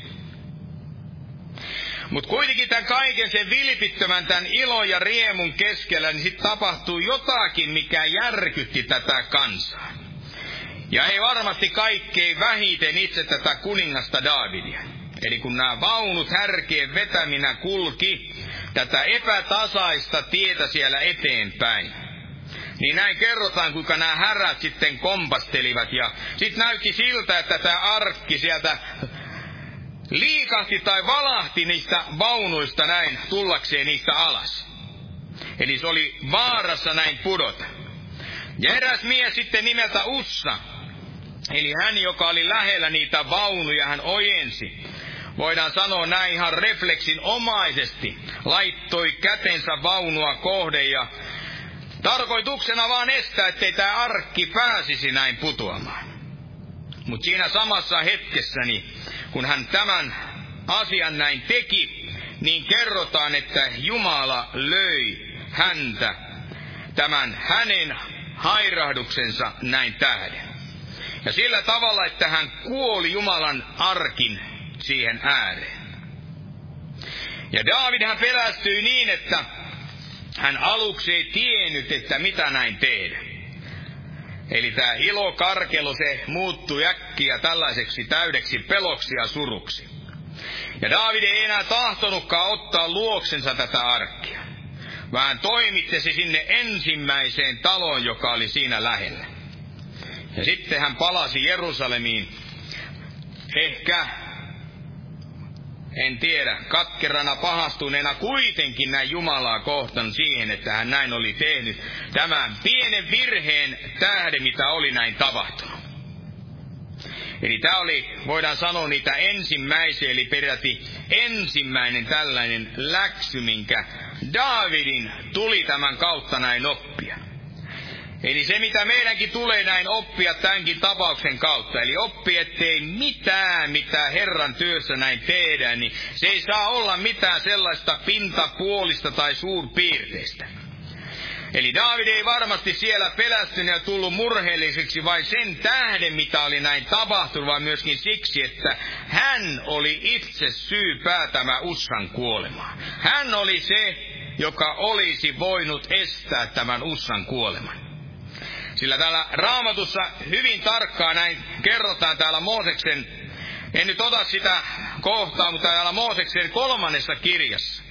Mutta kuitenkin tämän kaiken sen vilpittömän, tämän ilon ja riemun keskellä, niin sitten tapahtui jotakin, mikä järkytti tätä kansaa. Ja ei varmasti kaikkein vähiten itse tätä kuningasta Daavidia. Eli kun nämä vaunut härkeen vetäminä kulki tätä epätasaista tietä siellä eteenpäin, niin näin kerrotaan, kuinka nämä härät sitten kompastelivat. Ja sitten näytti siltä, että tämä arkki sieltä liikahti tai valahti niistä vaunuista näin tullakseen niistä alas. Eli se oli vaarassa näin pudota. Ja eräs mies sitten nimeltä Ussa, eli hän, joka oli lähellä niitä vaunuja, hän ojensi. Voidaan sanoa näin ihan refleksinomaisesti, laittoi kätensä vaunua kohden ja tarkoituksena vaan estää, ettei tämä arkki pääsisi näin putoamaan. Mutta siinä samassa hetkessäni, kun hän tämän asian näin teki, niin kerrotaan, että Jumala löi häntä tämän hänen hairahduksensa näin tähden. Ja sillä tavalla, että hän kuoli Jumalan arkin siihen ääreen. Ja Daavidhan pelästyi niin, että hän aluksi ei tiennyt, että mitä näin tehdä. Eli tämä ilokarkelo, se muuttui äkkiä tällaiseksi täydeksi peloksi ja suruksi. Ja Daavid ei enää tahtonutkaan ottaa luoksensa tätä arkkia, vaan toimitti se sinne ensimmäiseen taloon, joka oli siinä lähellä. Ja sitten hän palasi Jerusalemiin, ehkä, en tiedä, katkerana pahastuneena kuitenkin näin Jumalaa kohtaan siihen, että hän näin oli tehnyt tämän pienen virheen tähden, mitä oli näin tapahtunut. Eli tämä oli, voidaan sanoa, niitä ensimmäisiä, eli peräti ensimmäinen tällainen läksy, minkä Daavidin tuli tämän kautta näin oppia. Eli se, mitä meidänkin tulee näin oppia tämänkin tapauksen kautta, eli oppi, ettei mitään, mitä Herran työssä näin tehdään, niin se ei saa olla mitään sellaista pintapuolista tai suurpiirteistä. Eli Daavid ei varmasti siellä pelästynyt ja tullut murheelliseksi vain sen tähden, mitä oli näin tapahtunut, vaan myöskin siksi, että hän oli itse syypää tämä Ussan kuolemaa. Hän oli se, joka olisi voinut estää tämän Ussan kuoleman. Sillä täällä Raamatussa hyvin tarkkaan näin kerrotaan täällä Mooseksen, en nyt ota sitä kohtaa, mutta täällä Mooseksen kolmannessa kirjassa.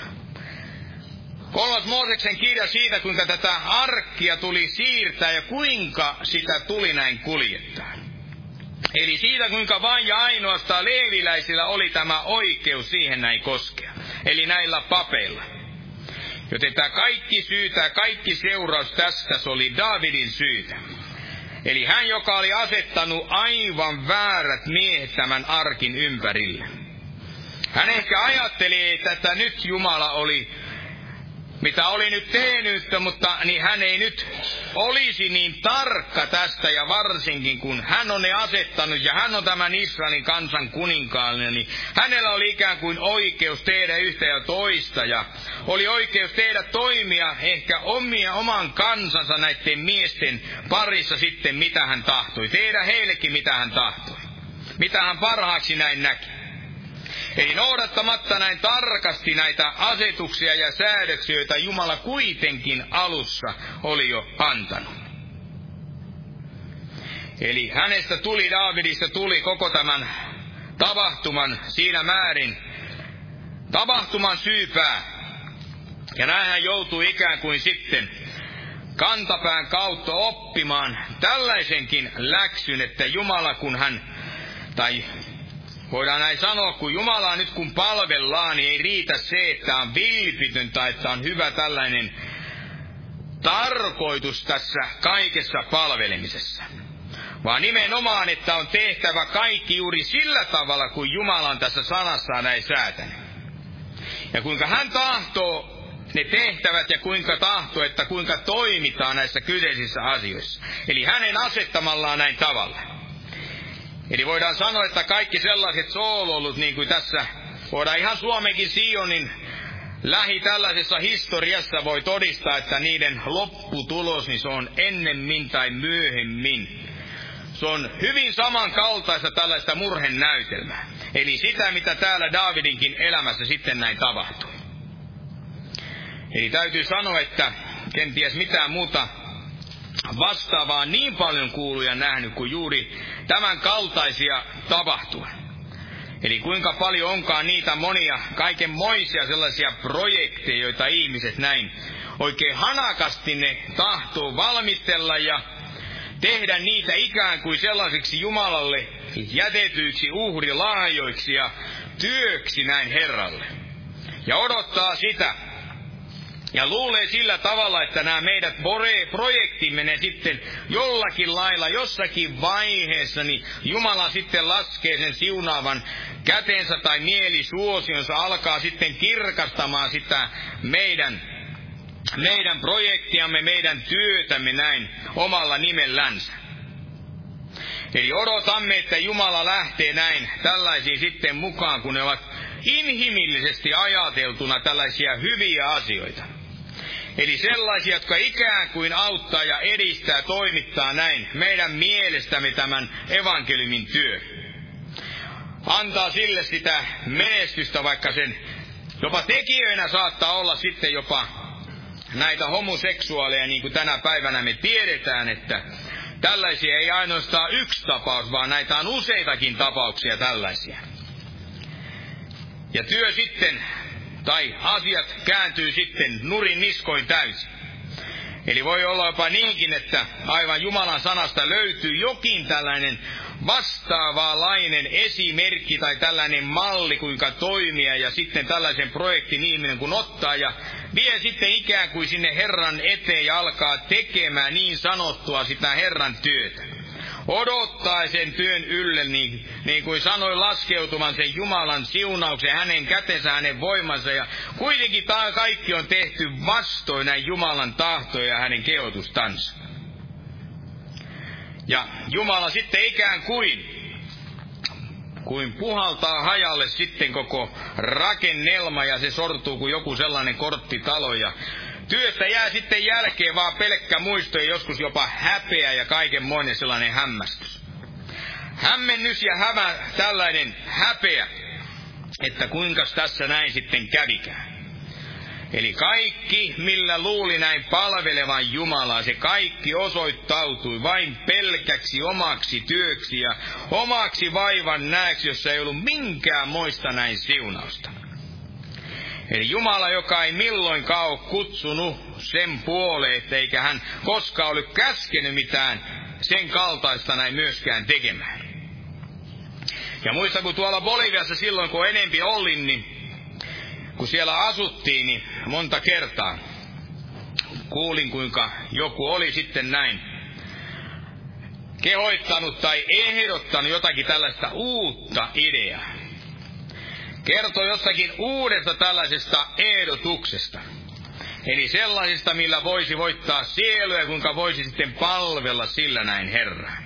Kolmas Mooseksen kirja siitä, kuinka tätä arkkia tuli siirtää ja kuinka sitä tuli näin kuljettaa. Eli siitä, kuinka vain ja ainoastaan leeviläisillä oli tämä oikeus siihen näin koskea. Eli näillä papeilla. Joten tämä kaikki syytä ja kaikki seuraus tästä, se oli Daavidin syytä. Eli hän, joka oli asettanut aivan väärät miehet tämän arkin ympärille. Hän ehkä ajatteli, että nyt Jumala oli, mitä oli nyt tehnyt, mutta niin hän ei nyt olisi niin tarkka tästä, ja varsinkin kun hän on ne asettanut ja hän on tämän Israelin kansan kuninkaallinen, niin hänellä oli ikään kuin oikeus tehdä yhtä ja toista, ja oli oikeus tehdä toimia ehkä omia, oman kansansa näiden miesten parissa sitten, mitä hän tahtoi. Tehdä heillekin, mitä hän tahtoi. Mitä hän parhaaksi näin näki. Eli noudattamatta näin tarkasti näitä asetuksia ja säädöksiä, joita Jumala kuitenkin alussa oli jo antanut. Eli hänestä tuli, Daavidista tuli koko tämän tapahtuman siinä määrin tapahtuman syypää. Ja näin hän joutui ikään kuin sitten kantapään kautta oppimaan tällaisenkin läksyn, että Jumala kun hän, tai voidaan näin sanoa, kun Jumalaa nyt kun palvellaan, niin ei riitä se, että on vilpitön tai että on hyvä tällainen tarkoitus tässä kaikessa palvelemisessa. Vaan nimenomaan, että on tehtävä kaikki juuri sillä tavalla, kuin Jumala on tässä sanassaan näin säätänyt. Ja kuinka hän tahtoo ne tehtävät ja kuinka tahtoo, että kuinka toimitaan näissä kyseisissä asioissa. Eli hänen asettamallaan näin tavalla. Eli voidaan sanoa, että kaikki sellaiset sooloilut, niin kuin tässä voidaan ihan Suomenkin Sionin lähi tällaisessa historiassa voi todistaa, että niiden lopputulos, niin se on ennemmin tai myöhemmin. Se on hyvin samankaltaista tällaista murhenäytelmää. Eli sitä, mitä täällä Daavidinkin elämässä sitten näin tapahtui. Eli täytyy sanoa, että kenties mitään muuta vastaavaa niin paljon kuullut ja nähnyt kuin juuri tämän kaltaisia tapahtua. Eli kuinka paljon onkaan niitä monia kaikenmoisia sellaisia projekteja, joita ihmiset näin oikein hanakasti ne tahtoo valmistella ja tehdä niitä ikään kuin sellaisiksi Jumalalle jätetyiksi uhrilahjoiksi ja työksi näin Herralle. Ja odottaa sitä. Ja luulee sillä tavalla, että nämä meidät projektimme ne sitten jollakin lailla, jossakin vaiheessa, niin Jumala sitten laskee sen siunaavan kätensä tai mielisuosionsa, alkaa sitten kirkastamaan sitä meidän, meidän projektiamme, meidän työtämme näin omalla nimellänsä. Eli odotamme, että Jumala lähtee näin tällaisiin sitten mukaan, kun ne ovat inhimillisesti ajateltuna tällaisia hyviä asioita. Eli sellaisia, jotka ikään kuin auttaa ja edistää, toimittaa näin meidän mielestämme tämän evankeliumin työ. Antaa sille sitä menestystä, vaikka sen jopa tekijöinä saattaa olla sitten jopa näitä homoseksuaaleja, niin kuin tänä päivänä me tiedetään, että tällaisia ei ainoastaan yksi tapaus, vaan näitä on useitakin tapauksia tällaisia. Ja työ sitten, tai asiat kääntyy sitten nurin niskoin täysin. Eli voi olla jopa niinkin, että aivan Jumalan sanasta löytyy jokin tällainen vastaavalainen esimerkki tai tällainen malli, kuinka toimia, ja sitten tällaisen projektin ihminen kun ottaa ja vie sitten ikään kuin sinne Herran eteen ja alkaa tekemään niin sanottua sitä Herran työtä. Odottaa sen työn ylle, niin, niin kuin sanoi, laskeutuman sen Jumalan siunauksen, hänen kätensä, hänen voimansa, ja kuitenkin tämä kaikki on tehty vastoin näin Jumalan tahtoja ja hänen kehotustansa. Ja Jumala sitten ikään kuin, kuin puhaltaa hajalle sitten koko rakennelma, ja se sortuu kuin joku sellainen korttitalo, ja työstä jää sitten jälkeen vaan pelkkä muisto ja joskus jopa häpeä ja kaikenmoinen sellainen hämmästys. Hämmennys ja hämä, tällainen häpeä, että kuinkas tässä näin sitten kävikään. Eli kaikki, millä luuli näin palvelevan Jumalaa, se kaikki osoittautui vain pelkäksi omaksi työksi ja omaksi vaivan näeksi, jossa ei ollut minkäänmoista näin siunausta. Eli Jumala, joka ei milloinkaan ole kutsunut sen puoleen, eikä hän koskaan ole käskenyt mitään sen kaltaista näin myöskään tekemään. Ja muistan, kun tuolla Boliviassa silloin, kun enempi olin, niin kun siellä asuttiin, niin monta kertaa kuulin, kuinka joku oli sitten näin kehoittanut tai ehdottanut jotakin tällaista uutta ideaa. Kertoi jostakin uudesta tällaisesta ehdotuksesta. Eli sellaisista, millä voisi voittaa sieluja, kuinka voisi sitten palvella sillä näin Herraa.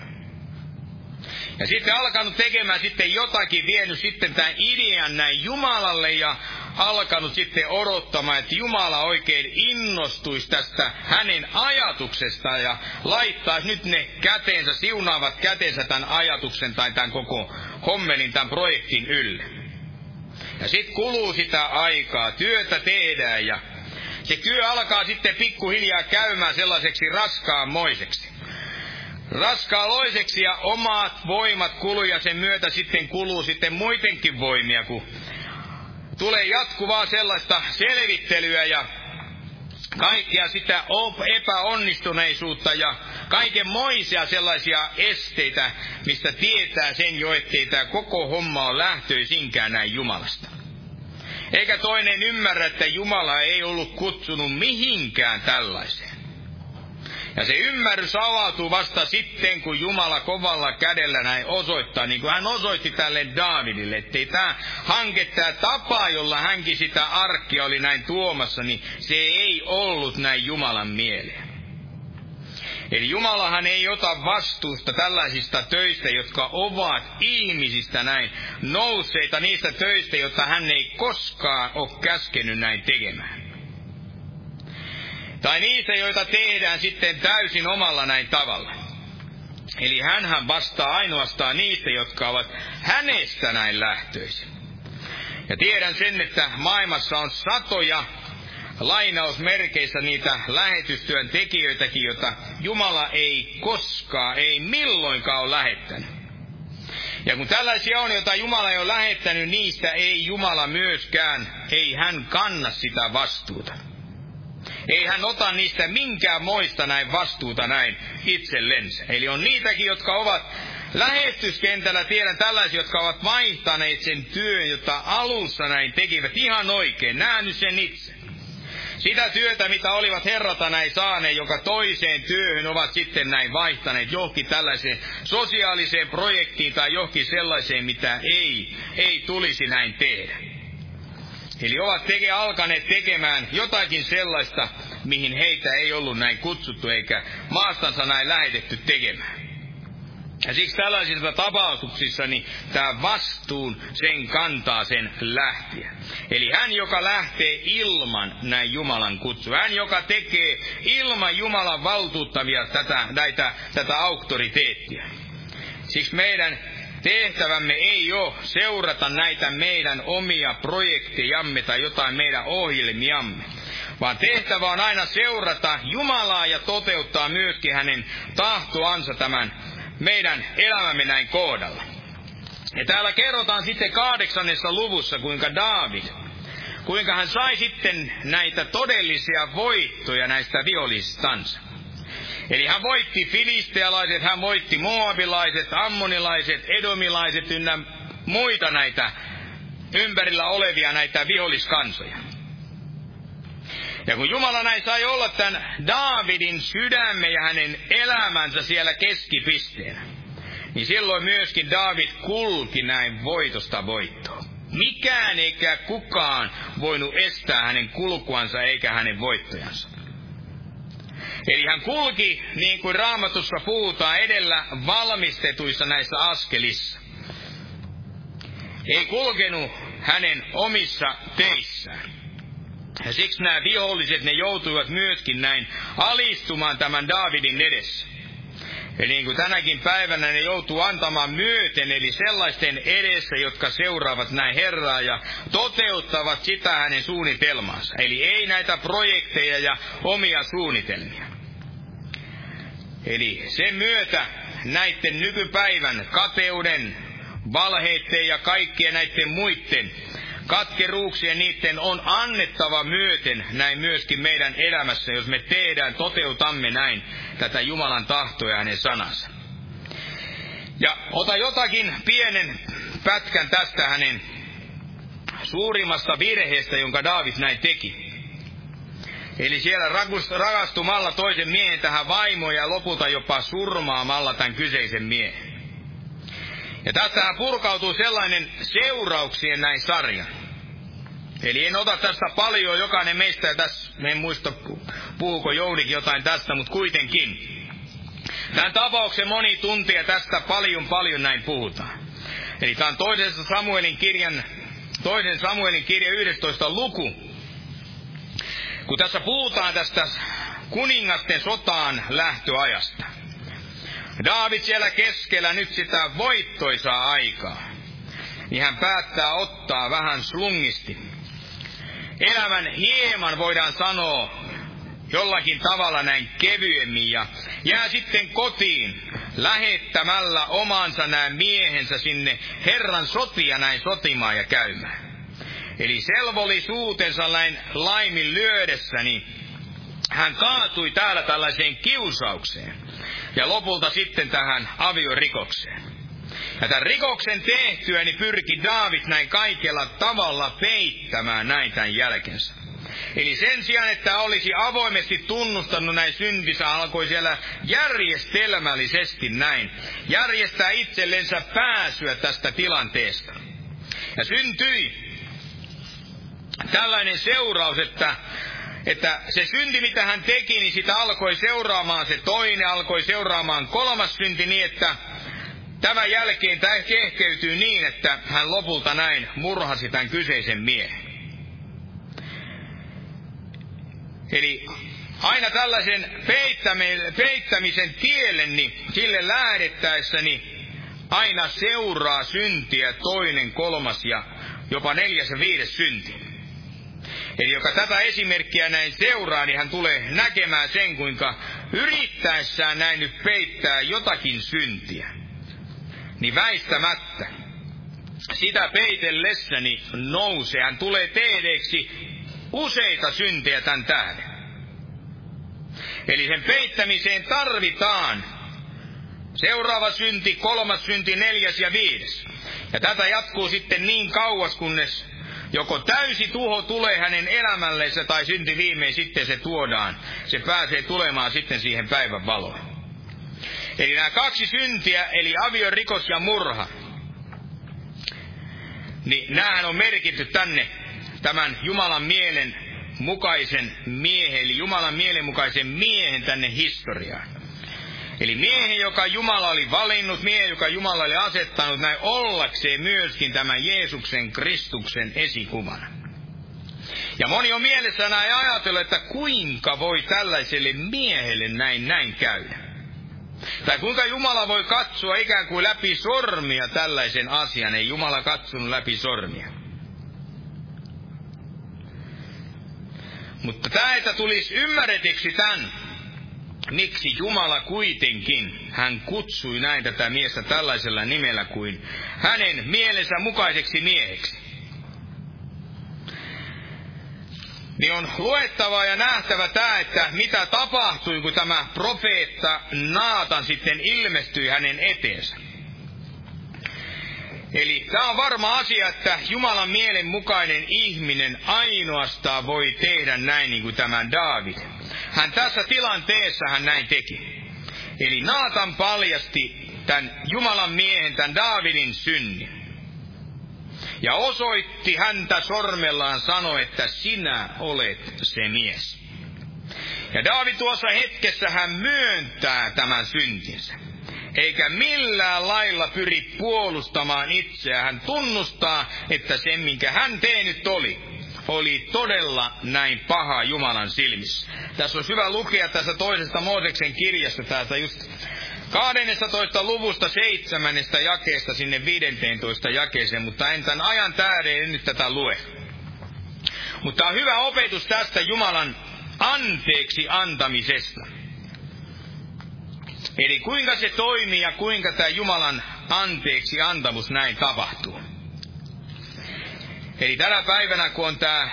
Ja sitten alkanut tekemään sitten jotakin, vienyt sitten tämän idean näin Jumalalle ja alkanut sitten odottamaan, että Jumala oikein innostuisi tästä hänen ajatuksesta ja laittaisi nyt ne käteensä, siunaavat käteensä tämän ajatuksen tai tämän koko hommelin, tämän projektin ylle. Ja sitten kuluu sitä aikaa, työtä tehdään ja se työ alkaa sitten pikkuhiljaa käymään sellaiseksi raskaanmoiseksi. Raskaaloiseksi ja omat voimat kuluu ja sen myötä sitten kuluu sitten muidenkin voimia, kun tulee jatkuvaa sellaista selvittelyä ja kaikkea sitä epäonnistuneisuutta ja kaikenmoisia sellaisia esteitä, mistä tietää sen jo, ettei tämä koko homma ole lähtöisinkään näin Jumalasta. Eikä toinen ymmärrä, että Jumala ei ollut kutsunut mihinkään tällaiseen. Ja se ymmärrys avautuu vasta sitten, kun Jumala kovalla kädellä näin osoittaa, niin kuin hän osoitti tälle Daavidille, ettei tämä hanke, tämä tapa, jolla hänkin sitä arkkia oli näin tuomassa, niin se ei ollut näin Jumalan mieleen. Eli Jumalahan ei ota vastuusta tällaisista töistä, jotka ovat ihmisistä näin nousseita, niistä töistä, joita hän ei koskaan ole käskenyt näin tekemään. Tai niistä, joita tehdään sitten täysin omalla näin tavalla. Eli hänhän vastaa ainoastaan niistä, jotka ovat hänestä näin lähtöisin. Ja tiedän sen, että maailmassa on satoja lainausmerkeissä niitä lähetystyön tekijöitäkin, joita Jumala ei koskaan, ei milloinkaan ole lähettänyt. Ja kun tällaisia on, joita Jumala ei ole lähettänyt, niistä ei Jumala myöskään, ei hän kanna sitä vastuuta. Ei hän ota niistä minkäänmoista näin vastuuta näin itsellensä. Eli on niitäkin, jotka ovat lähetyskentällä, tiedän tällaisia, jotka ovat vaihtaneet sen työn, jota alussa näin tekivät ihan oikein, nähnyt sen itse. Sitä työtä, mitä olivat herrata näin saaneet, joka toiseen työhön ovat sitten näin vaihtaneet johonkin tällaiseen sosiaaliseen projektiin tai johonkin sellaiseen, mitä ei, ei tulisi näin tehdä. Eli ovat teke, alkaneet tekemään jotakin sellaista, mihin heitä ei ollut näin kutsuttu eikä maastansa näin lähetetty tekemään. Ja siksi tällaisissa tapauksissa niin tämä vastuun sen kantaa sen lähtiä. Eli hän, joka lähtee ilman näin Jumalan kutsua. Hän, joka tekee ilman Jumalan valtuuttavia tätä, näitä, tätä auktoriteettia. Siksi meidän tehtävämme ei ole seurata näitä meidän omia projektejamme tai jotain meidän ohjelmiamme. Vaan tehtävä on aina seurata Jumalaa ja toteuttaa myöskin hänen tahtoansa tämän meidän elämämme näin kohdalla. Ja täällä kerrotaan sitten kahdeksannessa luvussa, kuinka Daavid, kuinka hän sai sitten näitä todellisia voittoja näistä vihollistansa. Eli hän voitti filistealaiset, hän voitti moabilaiset, ammonilaiset, edomilaiset ynnä muita näitä ympärillä olevia näitä viholliskansoja. Ja kun Jumala näin sai olla tämän Daavidin sydämen ja hänen elämänsä siellä keskipisteenä, niin silloin myöskin Daavid kulki näin voitosta voittoon. Mikään eikä kukaan voinut estää hänen kulkuansa eikä hänen voittojansa. Eli hän kulki, niin kuin Raamatussa puhutaan, edellä valmistetuissa näissä askelissa. Ei kulkenut hänen omissa teissään. Ja siksi nämä viholliset, ne joutuivat myöskin näin alistumaan tämän Daavidin edessä. Eli niin kuin tänäkin päivänä ne joutuu antamaan myöten, eli sellaisten edessä, jotka seuraavat näin Herraa ja toteuttavat sitä hänen suunnitelmaansa. Eli ei näitä projekteja ja omia suunnitelmia. Eli sen myötä näiden nykypäivän kateuden, valheiden ja kaikkien näiden muiden katkeruuksien niiden on annettava myöten näin myöskin meidän elämässä, jos me tehdään, toteutamme näin tätä Jumalan tahtoa ja hänen sanansa. Ja ota jotakin pienen pätkän tästä hänen suurimmasta virheestä, jonka Daavid näin teki. Eli siellä rakastumalla toisen miehen tähän vaimoon ja lopulta jopa surmaamalla tämän kyseisen miehen. Ja tästähän purkautuu sellainen seurauksien näin sarja. Eli en ota tästä paljon, jokainen meistä, ja tässä, en muista puhuko Jounikin jotain tästä, mutta kuitenkin. Tämän tapauksen moni tuntee tästä paljon paljon näin puhutaan. Eli tämä on toisessa Samuelin kirjan, toisen Samuelin kirjan yhdestoista luku. Kun tässä puhutaan tästä kuningasten sotaan lähtöajasta. Daavid siellä keskellä nyt sitä voittoisaa aikaa, niin hän päättää ottaa vähän slungisti. Elämän hieman voidaan sanoa jollakin tavalla näin kevyemmin ja jää sitten kotiin lähettämällä omansa näin miehensä sinne Herran sotia näin sotimaan ja käymään. Eli selvollisuutensa näin laimin lyödessäni hän kaatui täällä tällaiseen kiusaukseen ja lopulta sitten tähän aviorikokseen. Ja tämän rikoksen tehtyä niin pyrki Daavid näin kaikella tavalla peittämään näin tämän jälkensä. Eli sen sijaan, että olisi avoimesti tunnustanut näin syntinsä, alkoi siellä järjestelmällisesti näin järjestää itsellensä pääsyä tästä tilanteesta. Ja syntyi tällainen seuraus, että että se synti, mitä hän teki, niin sitä alkoi seuraamaan se toinen, alkoi seuraamaan kolmas synti niin, että tämän jälkeen tämä kehkeytyy niin, että hän lopulta näin murhasi tämän kyseisen miehen. Eli aina tällaisen peittämisen tielle, niin sille lähdettäessä, niin aina seuraa syntiä toinen, kolmas ja jopa neljäs ja viides synti. Eli joka tätä esimerkkiä näin seuraa, niin hän tulee näkemään sen, kuinka yrittäessään näin nyt peittää jotakin syntiä. Niin väistämättä sitä peitellessäni nousee, hän tulee tehdeeksi useita syntejä tämän tähden. Eli sen peittämiseen tarvitaan seuraava synti, kolmas synti, neljäs ja viides. Ja tätä jatkuu sitten niin kauas, kunnes joko täysi tuho tulee hänen elämälleensä tai synti viimein sitten se tuodaan. Se pääsee tulemaan sitten siihen päivän valoon. Eli nämä kaksi syntiä, eli aviorikos ja murha, niin näähän on merkitty tänne tämän Jumalan mielen mukaisen miehen, eli Jumalan mielen mukaisen miehen tänne historiaan. Eli miehen, joka Jumala oli valinnut, miehen, joka Jumala oli asettanut näin ollakseen myöskin tämän Jeesuksen Kristuksen esikuvana. Ja moni on mielessään näin ajatellut, että kuinka voi tällaiselle miehelle näin näin käydä. Tai kuinka Jumala voi katsoa ikään kuin läpi sormia tällaisen asian. Ei Jumala katsonut läpi sormia. Mutta tämä, että tulisi ymmärretyksi tämän, miksi Jumala kuitenkin, hän kutsui näin tätä miestä tällaisella nimellä kuin hänen mielensä mukaiseksi mieheksi. Niin on luettava ja nähtävä tämä, että mitä tapahtui, kun tämä profeetta Naatan sitten ilmestyi hänen eteensä. Eli tämä on varma asia, että Jumalan mielen mukainen ihminen ainoastaan voi tehdä näin niin kuin tämän Daavid. Hän tässä tilanteessa hän näin teki. Eli Naatan paljasti tämän Jumalan miehen, tämän Daavidin synnin. Ja osoitti häntä sormellaan, sanoi, että sinä olet se mies. Ja Daavid tuossa hetkessä hän myöntää tämän syntinsä. Eikä millään lailla pyri puolustamaan itseään. Hän tunnustaa, että se, minkä hän tehnyt oli, oli todella näin paha Jumalan silmissä. Tässä on hyvä lukea tässä toisesta Mooseksen kirjasta, täältä just kahdennestatoista luvusta seitsemännestä jakeesta sinne viidenteentoista jakeeseen, mutta en tämän ajan tähden en nyt tätä lue. Mutta on hyvä opetus tästä Jumalan anteeksi antamisesta. Eli kuinka se toimii ja kuinka tämä Jumalan anteeksi antamus näin tapahtuu. Eli tänä päivänä, kun on tämä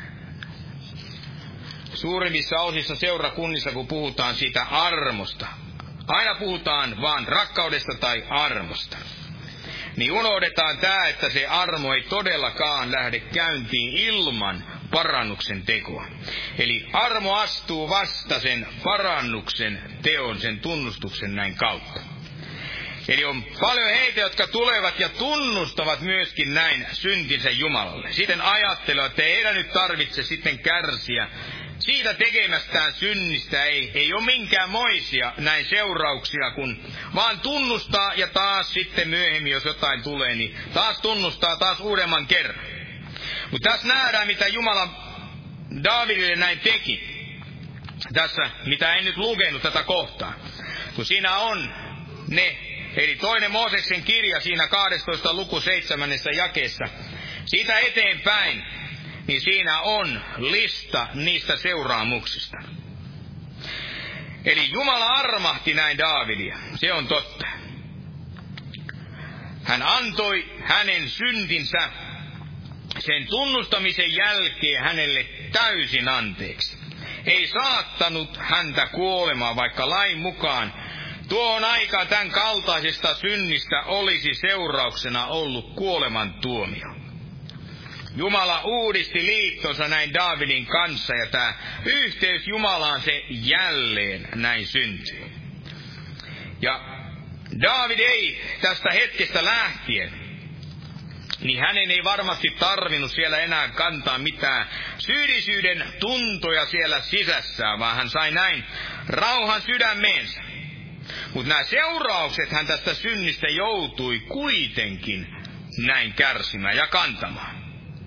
suurimmissa osissa seurakunnissa, kun puhutaan siitä armosta, aina puhutaan vaan rakkaudesta tai armosta, niin unohdetaan tämä, että se armo ei todellakaan lähde käyntiin ilman parannuksen tekoa. Eli armo astuu vasta sen parannuksen teon, sen tunnustuksen näin kautta. Eli on paljon heitä, jotka tulevat ja tunnustavat myöskin näin syntinsä Jumalalle. Sitten ajattelevat, että ei heidän nyt tarvitse sitten kärsiä siitä tekemästään synnistä, ei, ei ole minkäänmoisia näin seurauksia, kun vaan tunnustaa ja taas sitten myöhemmin, jos jotain tulee, niin taas tunnustaa taas uudemman kerran. Mutta tässä nähdään, mitä Jumala Daavidille näin teki. Tässä, mitä en nyt lukenut tätä kohtaa. Kun siinä on ne, eli toinen Mooseksen kirja siinä kahdestoista luku seitsemännessä jakeessa. Siitä eteenpäin, niin siinä on lista niistä seuraamuksista. Eli Jumala armahti näin Daavidia, se on totta. Hän antoi hänen syntinsä sen tunnustamisen jälkeen hänelle täysin anteeksi. Ei saattanut häntä kuolemaan, vaikka lain mukaan tuohon aikaan tämän kaltaisesta synnistä olisi seurauksena ollut kuolemantuomio. Jumala uudisti liittonsa näin Daavidin kanssa, ja tämä yhteys Jumalaan se jälleen näin syntyi. Ja Daavid ei tästä hetkestä lähtien niin hänen ei varmasti tarvinnut siellä enää kantaa mitään syyllisyyden tuntoja siellä sisässään, vaan hän sai näin rauhan sydämeensä. Mutta nämä seuraukset hän tästä synnistä joutui kuitenkin näin kärsimään ja kantamaan.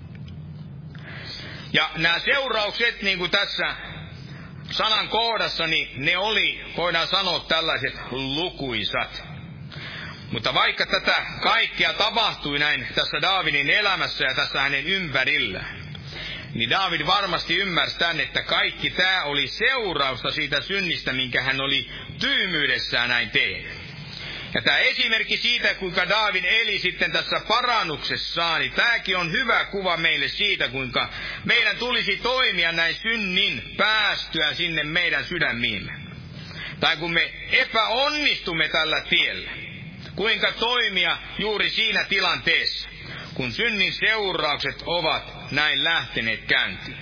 Ja nämä seuraukset, niin kuin tässä sanan kohdassa, niin ne oli, voidaan sanoa, tällaiset lukuisat. Mutta vaikka tätä kaikkea tapahtui näin tässä Daavidin elämässä ja tässä hänen ympärillään, niin Daavid varmasti ymmärsi tämän, että kaikki tämä oli seurausta siitä synnistä, minkä hän oli tyymyydessään näin tehnyt. Ja tämä esimerkki siitä, kuinka Daavid eli sitten tässä parannuksessaan, niin tämäkin on hyvä kuva meille siitä, kuinka meidän tulisi toimia näin synnin päästyä sinne meidän sydämiimme. Tai kun me epäonnistumme tällä tiellä, kuinka toimia juuri siinä tilanteessa, kun synnin seuraukset ovat näin lähteneet käyntiin.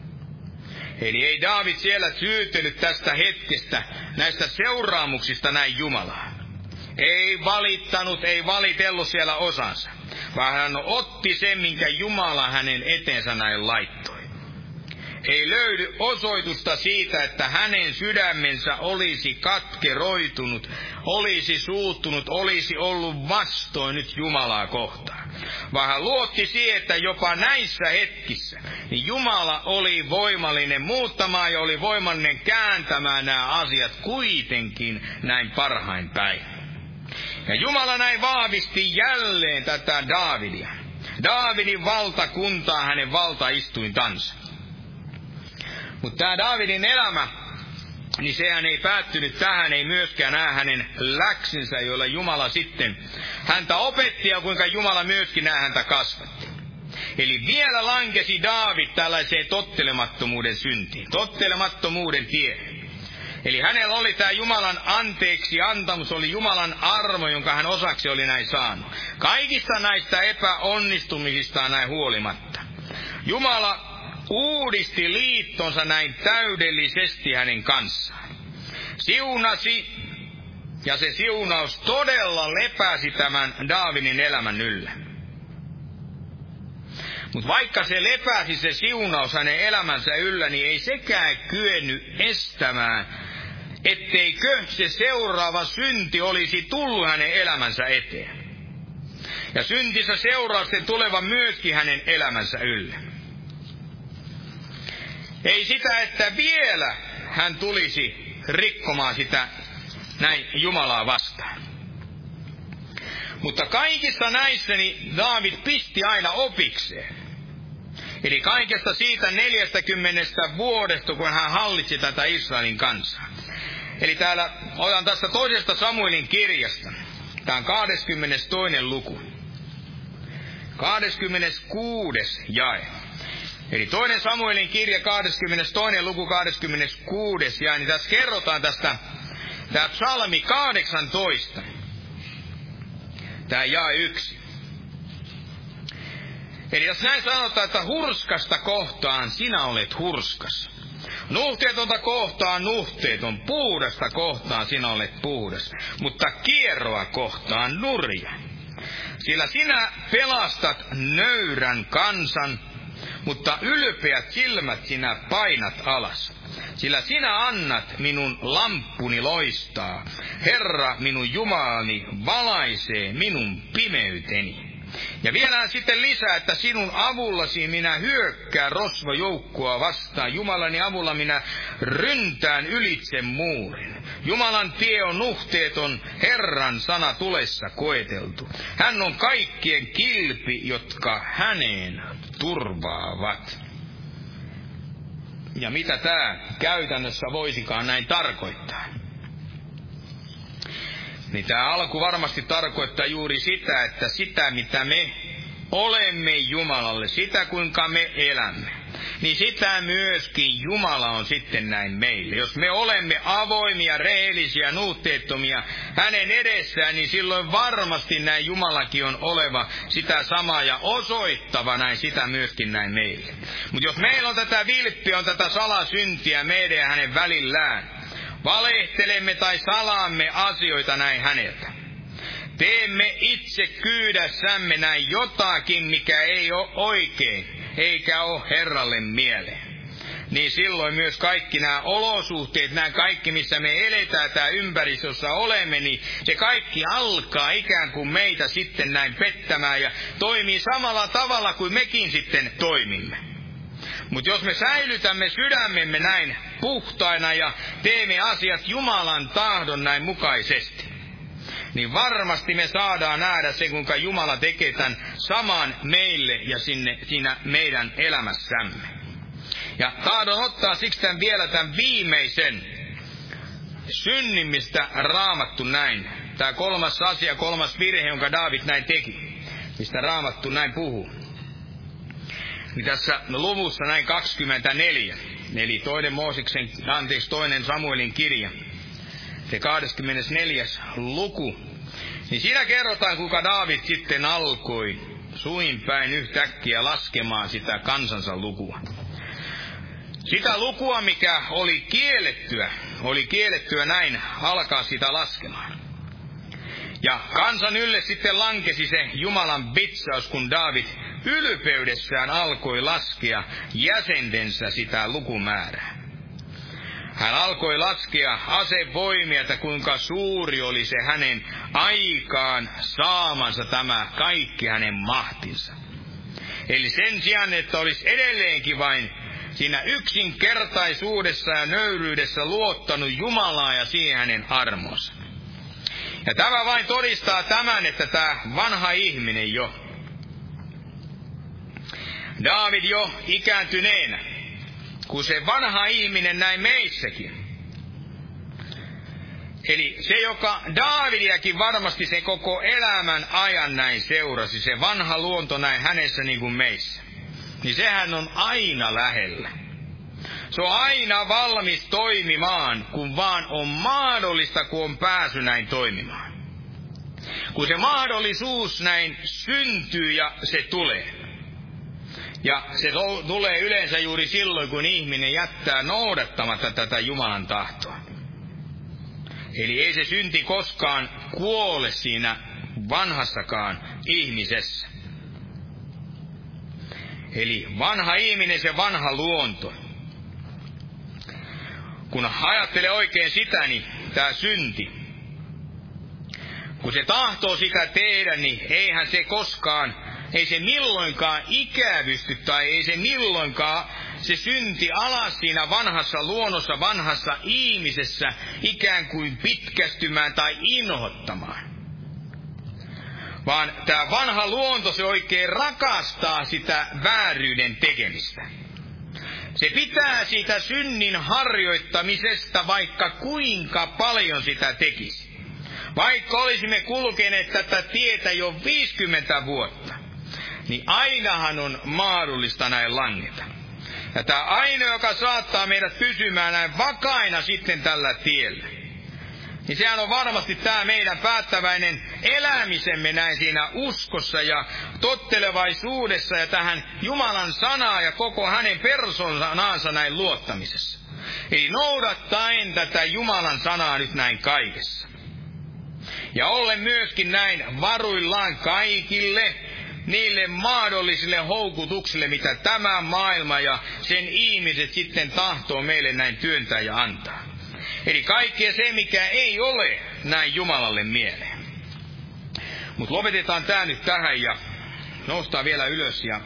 Eli ei Daavid siellä syytellyt tästä hetkestä, näistä seuraamuksista näin Jumalaa. Ei valittanut, ei valitellut siellä osansa, vaan hän otti sen, minkä Jumala hänen eteensä näin laittoi. Ei löydy osoitusta siitä, että hänen sydämensä olisi katkeroitunut, olisi suuttunut, olisi ollut vastoin nyt Jumalaa kohtaan. Vaan hän luotti siihen, että jopa näissä hetkissä niin Jumala oli voimallinen muuttamaan ja oli voimallinen kääntämään nämä asiat kuitenkin näin parhain päin. Ja Jumala näin vahvisti jälleen tätä Daavidia. Daavidin valtakuntaa, hänen valtaistuintansa. Mutta tämä Daavidin elämä, niin sehän ei päättynyt tähän, ei myöskään nämä hänen läksynsä, joilla Jumala sitten häntä opetti ja kuinka Jumala myöskin nämä häntä kasvatti. Eli vielä lankesi Daavid tällaiseen tottelemattomuuden syntiin, tottelemattomuuden tiehen. Eli hänellä oli tämä Jumalan anteeksi antamus, oli Jumalan armo, jonka hän osaksi oli näin saanut. Kaikista näistä epäonnistumisistaan näin huolimatta. Jumala uudisti liittonsa näin täydellisesti hänen kanssaan. Siunasi, ja se siunaus todella lepäsi tämän Daavidin elämän yllä. Mutta vaikka se lepäsi se siunaus hänen elämänsä yllä, niin ei sekään kyennyt estämään, etteikö se seuraava synti olisi tullut hänen elämänsä eteen. Ja syntissä seurausten tulevan myöskin hänen elämänsä yllä. Ei sitä, että vielä hän tulisi rikkomaan sitä näin Jumalaa vastaan. Mutta kaikissa näissä niin Daavid pisti aina opikseen. Eli kaikesta siitä neljästäkymmenestä vuodesta, kun hän hallitsi tätä Israelin kansaa. Eli täällä otan tästä toisesta Samuelin kirjasta. Tämä on kahdeskymmenestoinen luku. kahdeskymmeneskuudes jae. Eli toinen Samuelin kirja, kahdeskymmenestoinen luku, kahdeskymmeneskuudes jae. Niin tässä kerrotaan tästä, tämä psalmi kahdeksantoista. Tämä jae yksi. Eli jos näin sanotaan, että hurskasta kohtaan sinä olet hurskas. Nuhteetonta kohtaan nuhteeton, puhdasta kohtaan sinä olet puhdas, mutta kierroa kohtaan nurja. Sillä sinä pelastat nöyrän kansan, mutta ylpeät silmät sinä painat alas. Sillä sinä annat minun lamppuni loistaa, Herra minun Jumalani valaisee minun pimeyteni. Ja vielä sitten lisää, että sinun avullasi minä hyökkään rosvojoukkoa vastaan. Jumalani avulla minä ryntään ylitse muurin. Jumalan tie on nuhteeton, Herran sana tulessa koeteltu. Hän on kaikkien kilpi, jotka häneen turvaavat. Ja mitä tämä käytännössä voisikaan näin tarkoittaa? Niin tämä alku varmasti tarkoittaa juuri sitä, että sitä mitä me olemme Jumalalle, sitä kuinka me elämme, niin sitä myöskin Jumala on sitten näin meille. Jos me olemme avoimia, rehellisiä, nuhteettomia hänen edessään, niin silloin varmasti näin Jumalakin on oleva sitä samaa ja osoittava näin sitä myöskin näin meille. Mutta jos meillä on tätä vilppiä, on tätä salasyntiä meidän ja hänen välillään, valehtelemme tai salaamme asioita näin häneltä, teemme itse kyydässämme näin jotakin, mikä ei ole oikein, eikä ole Herralle mieleen. Niin silloin myös kaikki nämä olosuhteet, nämä kaikki, missä me eletään, tämä ympäristö, jossa olemme, niin se kaikki alkaa ikään kuin meitä sitten näin pettämään ja toimii samalla tavalla kuin mekin sitten toimimme. Mutta jos me säilytämme sydämemme näin puhtaina ja teemme asiat Jumalan tahdon näin mukaisesti, niin varmasti me saadaan nähdä se, kuinka Jumala tekee tämän saman meille ja sinne, siinä meidän elämässämme. Ja tahdon ottaa siksi tämän vielä tämän viimeisen synnin, mistä Raamattu näin. Tämä kolmas asia, kolmas virhe, jonka Daavid näin teki, mistä Raamattu näin puhuu. Niin tässä luvussa näin kaksikymmentäneljä, eli toinen Mooseksen, anteeksi, toinen Samuelin kirja, se kahdeskymmenesneljäs luku. Niin siinä kerrotaan, kuinka Daavid sitten alkoi suin päin yhtäkkiä laskemaan sitä kansansa lukua. Sitä lukua, mikä oli kiellettyä, oli kiellettyä näin alkaa sitä laskemaan. Ja kansan ylle sitten lankesi se Jumalan vitsaus, kun Daavid ylpeydessään alkoi laskea jäsentensä sitä lukumäärää. Hän alkoi laskea asevoimia, että kuinka suuri oli se hänen aikaan saamansa tämä kaikki hänen mahtinsa. Eli sen sijaan, että olisi edelleenkin vain siinä yksinkertaisuudessa ja nöyryydessä luottanut Jumalaa ja siihen hänen armonsa. Ja tämä vain todistaa tämän, että tämä vanha ihminen jo, Daavid jo ikääntyneenä, kun se vanha ihminen näin meissäkin. Eli se, joka Daavidiakin varmasti se koko elämän ajan näin seurasi, se vanha luonto näin hänessä niin kuin meissä, niin sehän on aina lähellä. Se on aina valmis toimimaan, kun vaan on mahdollista, kun on pääsy näin toimimaan. Kun se mahdollisuus näin syntyy ja se tulee. Ja se tulee yleensä juuri silloin, kun ihminen jättää noudattamatta tätä Jumalan tahtoa. Eli ei se synti koskaan kuole siinä vanhassakaan ihmisessä. Eli vanha ihminen, se vanha luonto. Kun ajattelee oikein sitä, niin tämä synti, kun se tahtoo sitä tehdä, niin eihän se koskaan, ei se milloinkaan ikävysty tai ei se milloinkaan se synti alas siinä vanhassa luonnossa, vanhassa ihmisessä ikään kuin pitkästymään tai inhottamaan. Vaan tämä vanha luonto, se oikein rakastaa sitä vääryyden tekemistä. Se pitää siitä synnin harjoittamisesta, vaikka kuinka paljon sitä tekisi. Vaikka olisimme kulkeneet tätä tietä jo viisikymmentä vuotta, niin ainahan on mahdollista näin langeta. Ja tämä ainoa, joka saattaa meidät pysymään näin vakaina sitten tällä tiellä, niin sehän on varmasti tämä meidän päättäväinen elämisemme näin siinä uskossa ja tottelevaisuudessa ja tähän Jumalan sanaa ja koko hänen persoonansa näin luottamisessa. Eli noudattaen tätä Jumalan sanaa nyt näin kaikessa. Ja ollen myöskin näin varuillaan kaikille niille mahdollisille houkutuksille, mitä tämä maailma ja sen ihmiset sitten tahtoo meille näin työntää ja antaa. Eli kaikkea se, mikä ei ole näin Jumalalle mieleen. Mutta lopetetaan tämä nyt tähän ja noustaan vielä ylös ja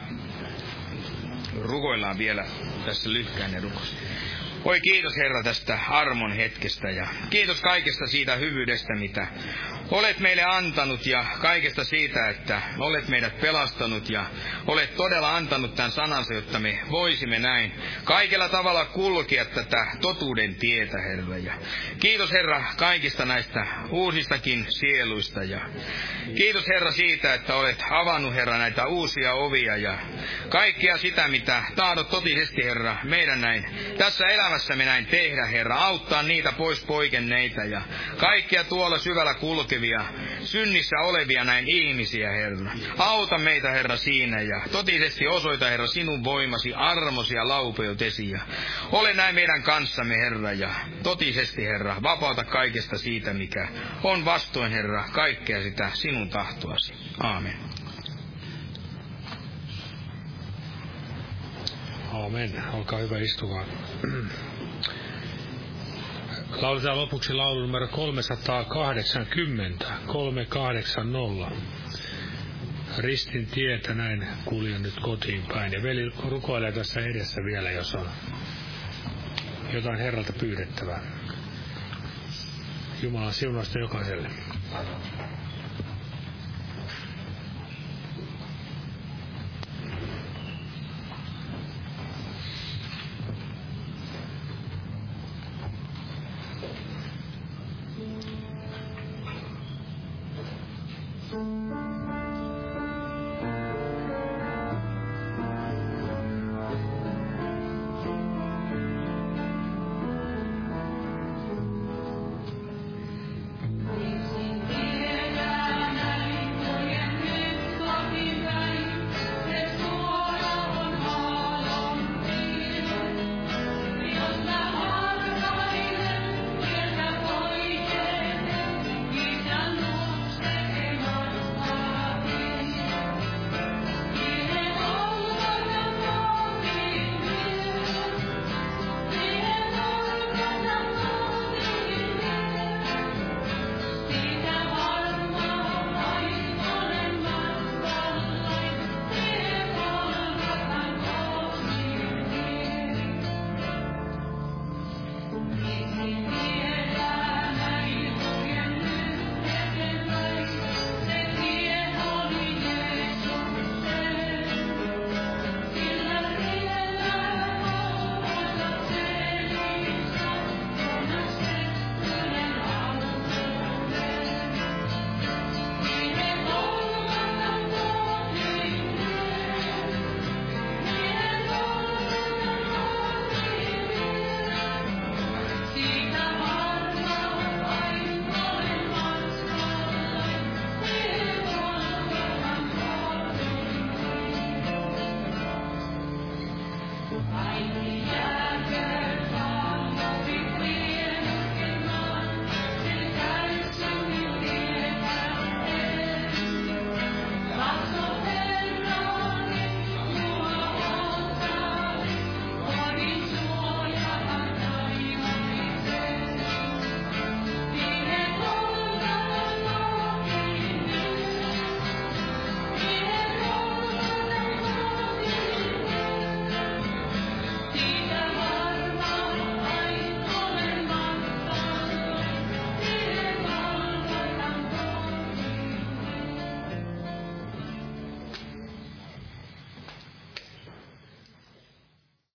rukoillaan vielä tässä lyhkäinen rukous. Oi kiitos Herra tästä armon hetkestä ja kiitos kaikesta siitä hyvyydestä, mitä olet meille antanut ja kaikesta siitä, että olet meidät pelastanut ja olet todella antanut tämän sanansa, jotta me voisimme näin kaikella tavalla kulkea tätä totuuden tietä, Herra. Ja kiitos Herra kaikista näistä uusistakin sieluista ja kiitos Herra siitä, että olet avannut Herra näitä uusia ovia ja kaikkea sitä, mitä tahdot totisesti Herra meidän näin tässä elämässämme näin tehdä, Herra, auttaa niitä pois poikenneita ja kaikkia tuolla syvällä kulkevia synnissä olevia näin ihmisiä, Herra. Auta meitä, Herra, siinä ja totisesti osoita, Herra, sinun voimasi, armosi ja laupeutesi. Ja ole näin meidän kanssamme, Herra, ja totisesti, Herra, vapauta kaikesta siitä, mikä on vastoin, Herra, kaikkea sitä sinun tahtoasi. Aamen. Aamen. Olkaa hyvä, istukaa. Lauletaan lopuksi laulu numero kolmesataakahdeksankymmentä, kolmesataakahdeksankymmentä. Ristin tietä näin kuljen nyt kotiin päin. Ja veli rukoilee tässä edessä vielä, jos on jotain Herralta pyydettävää. Jumalan siunausta jokaiselle.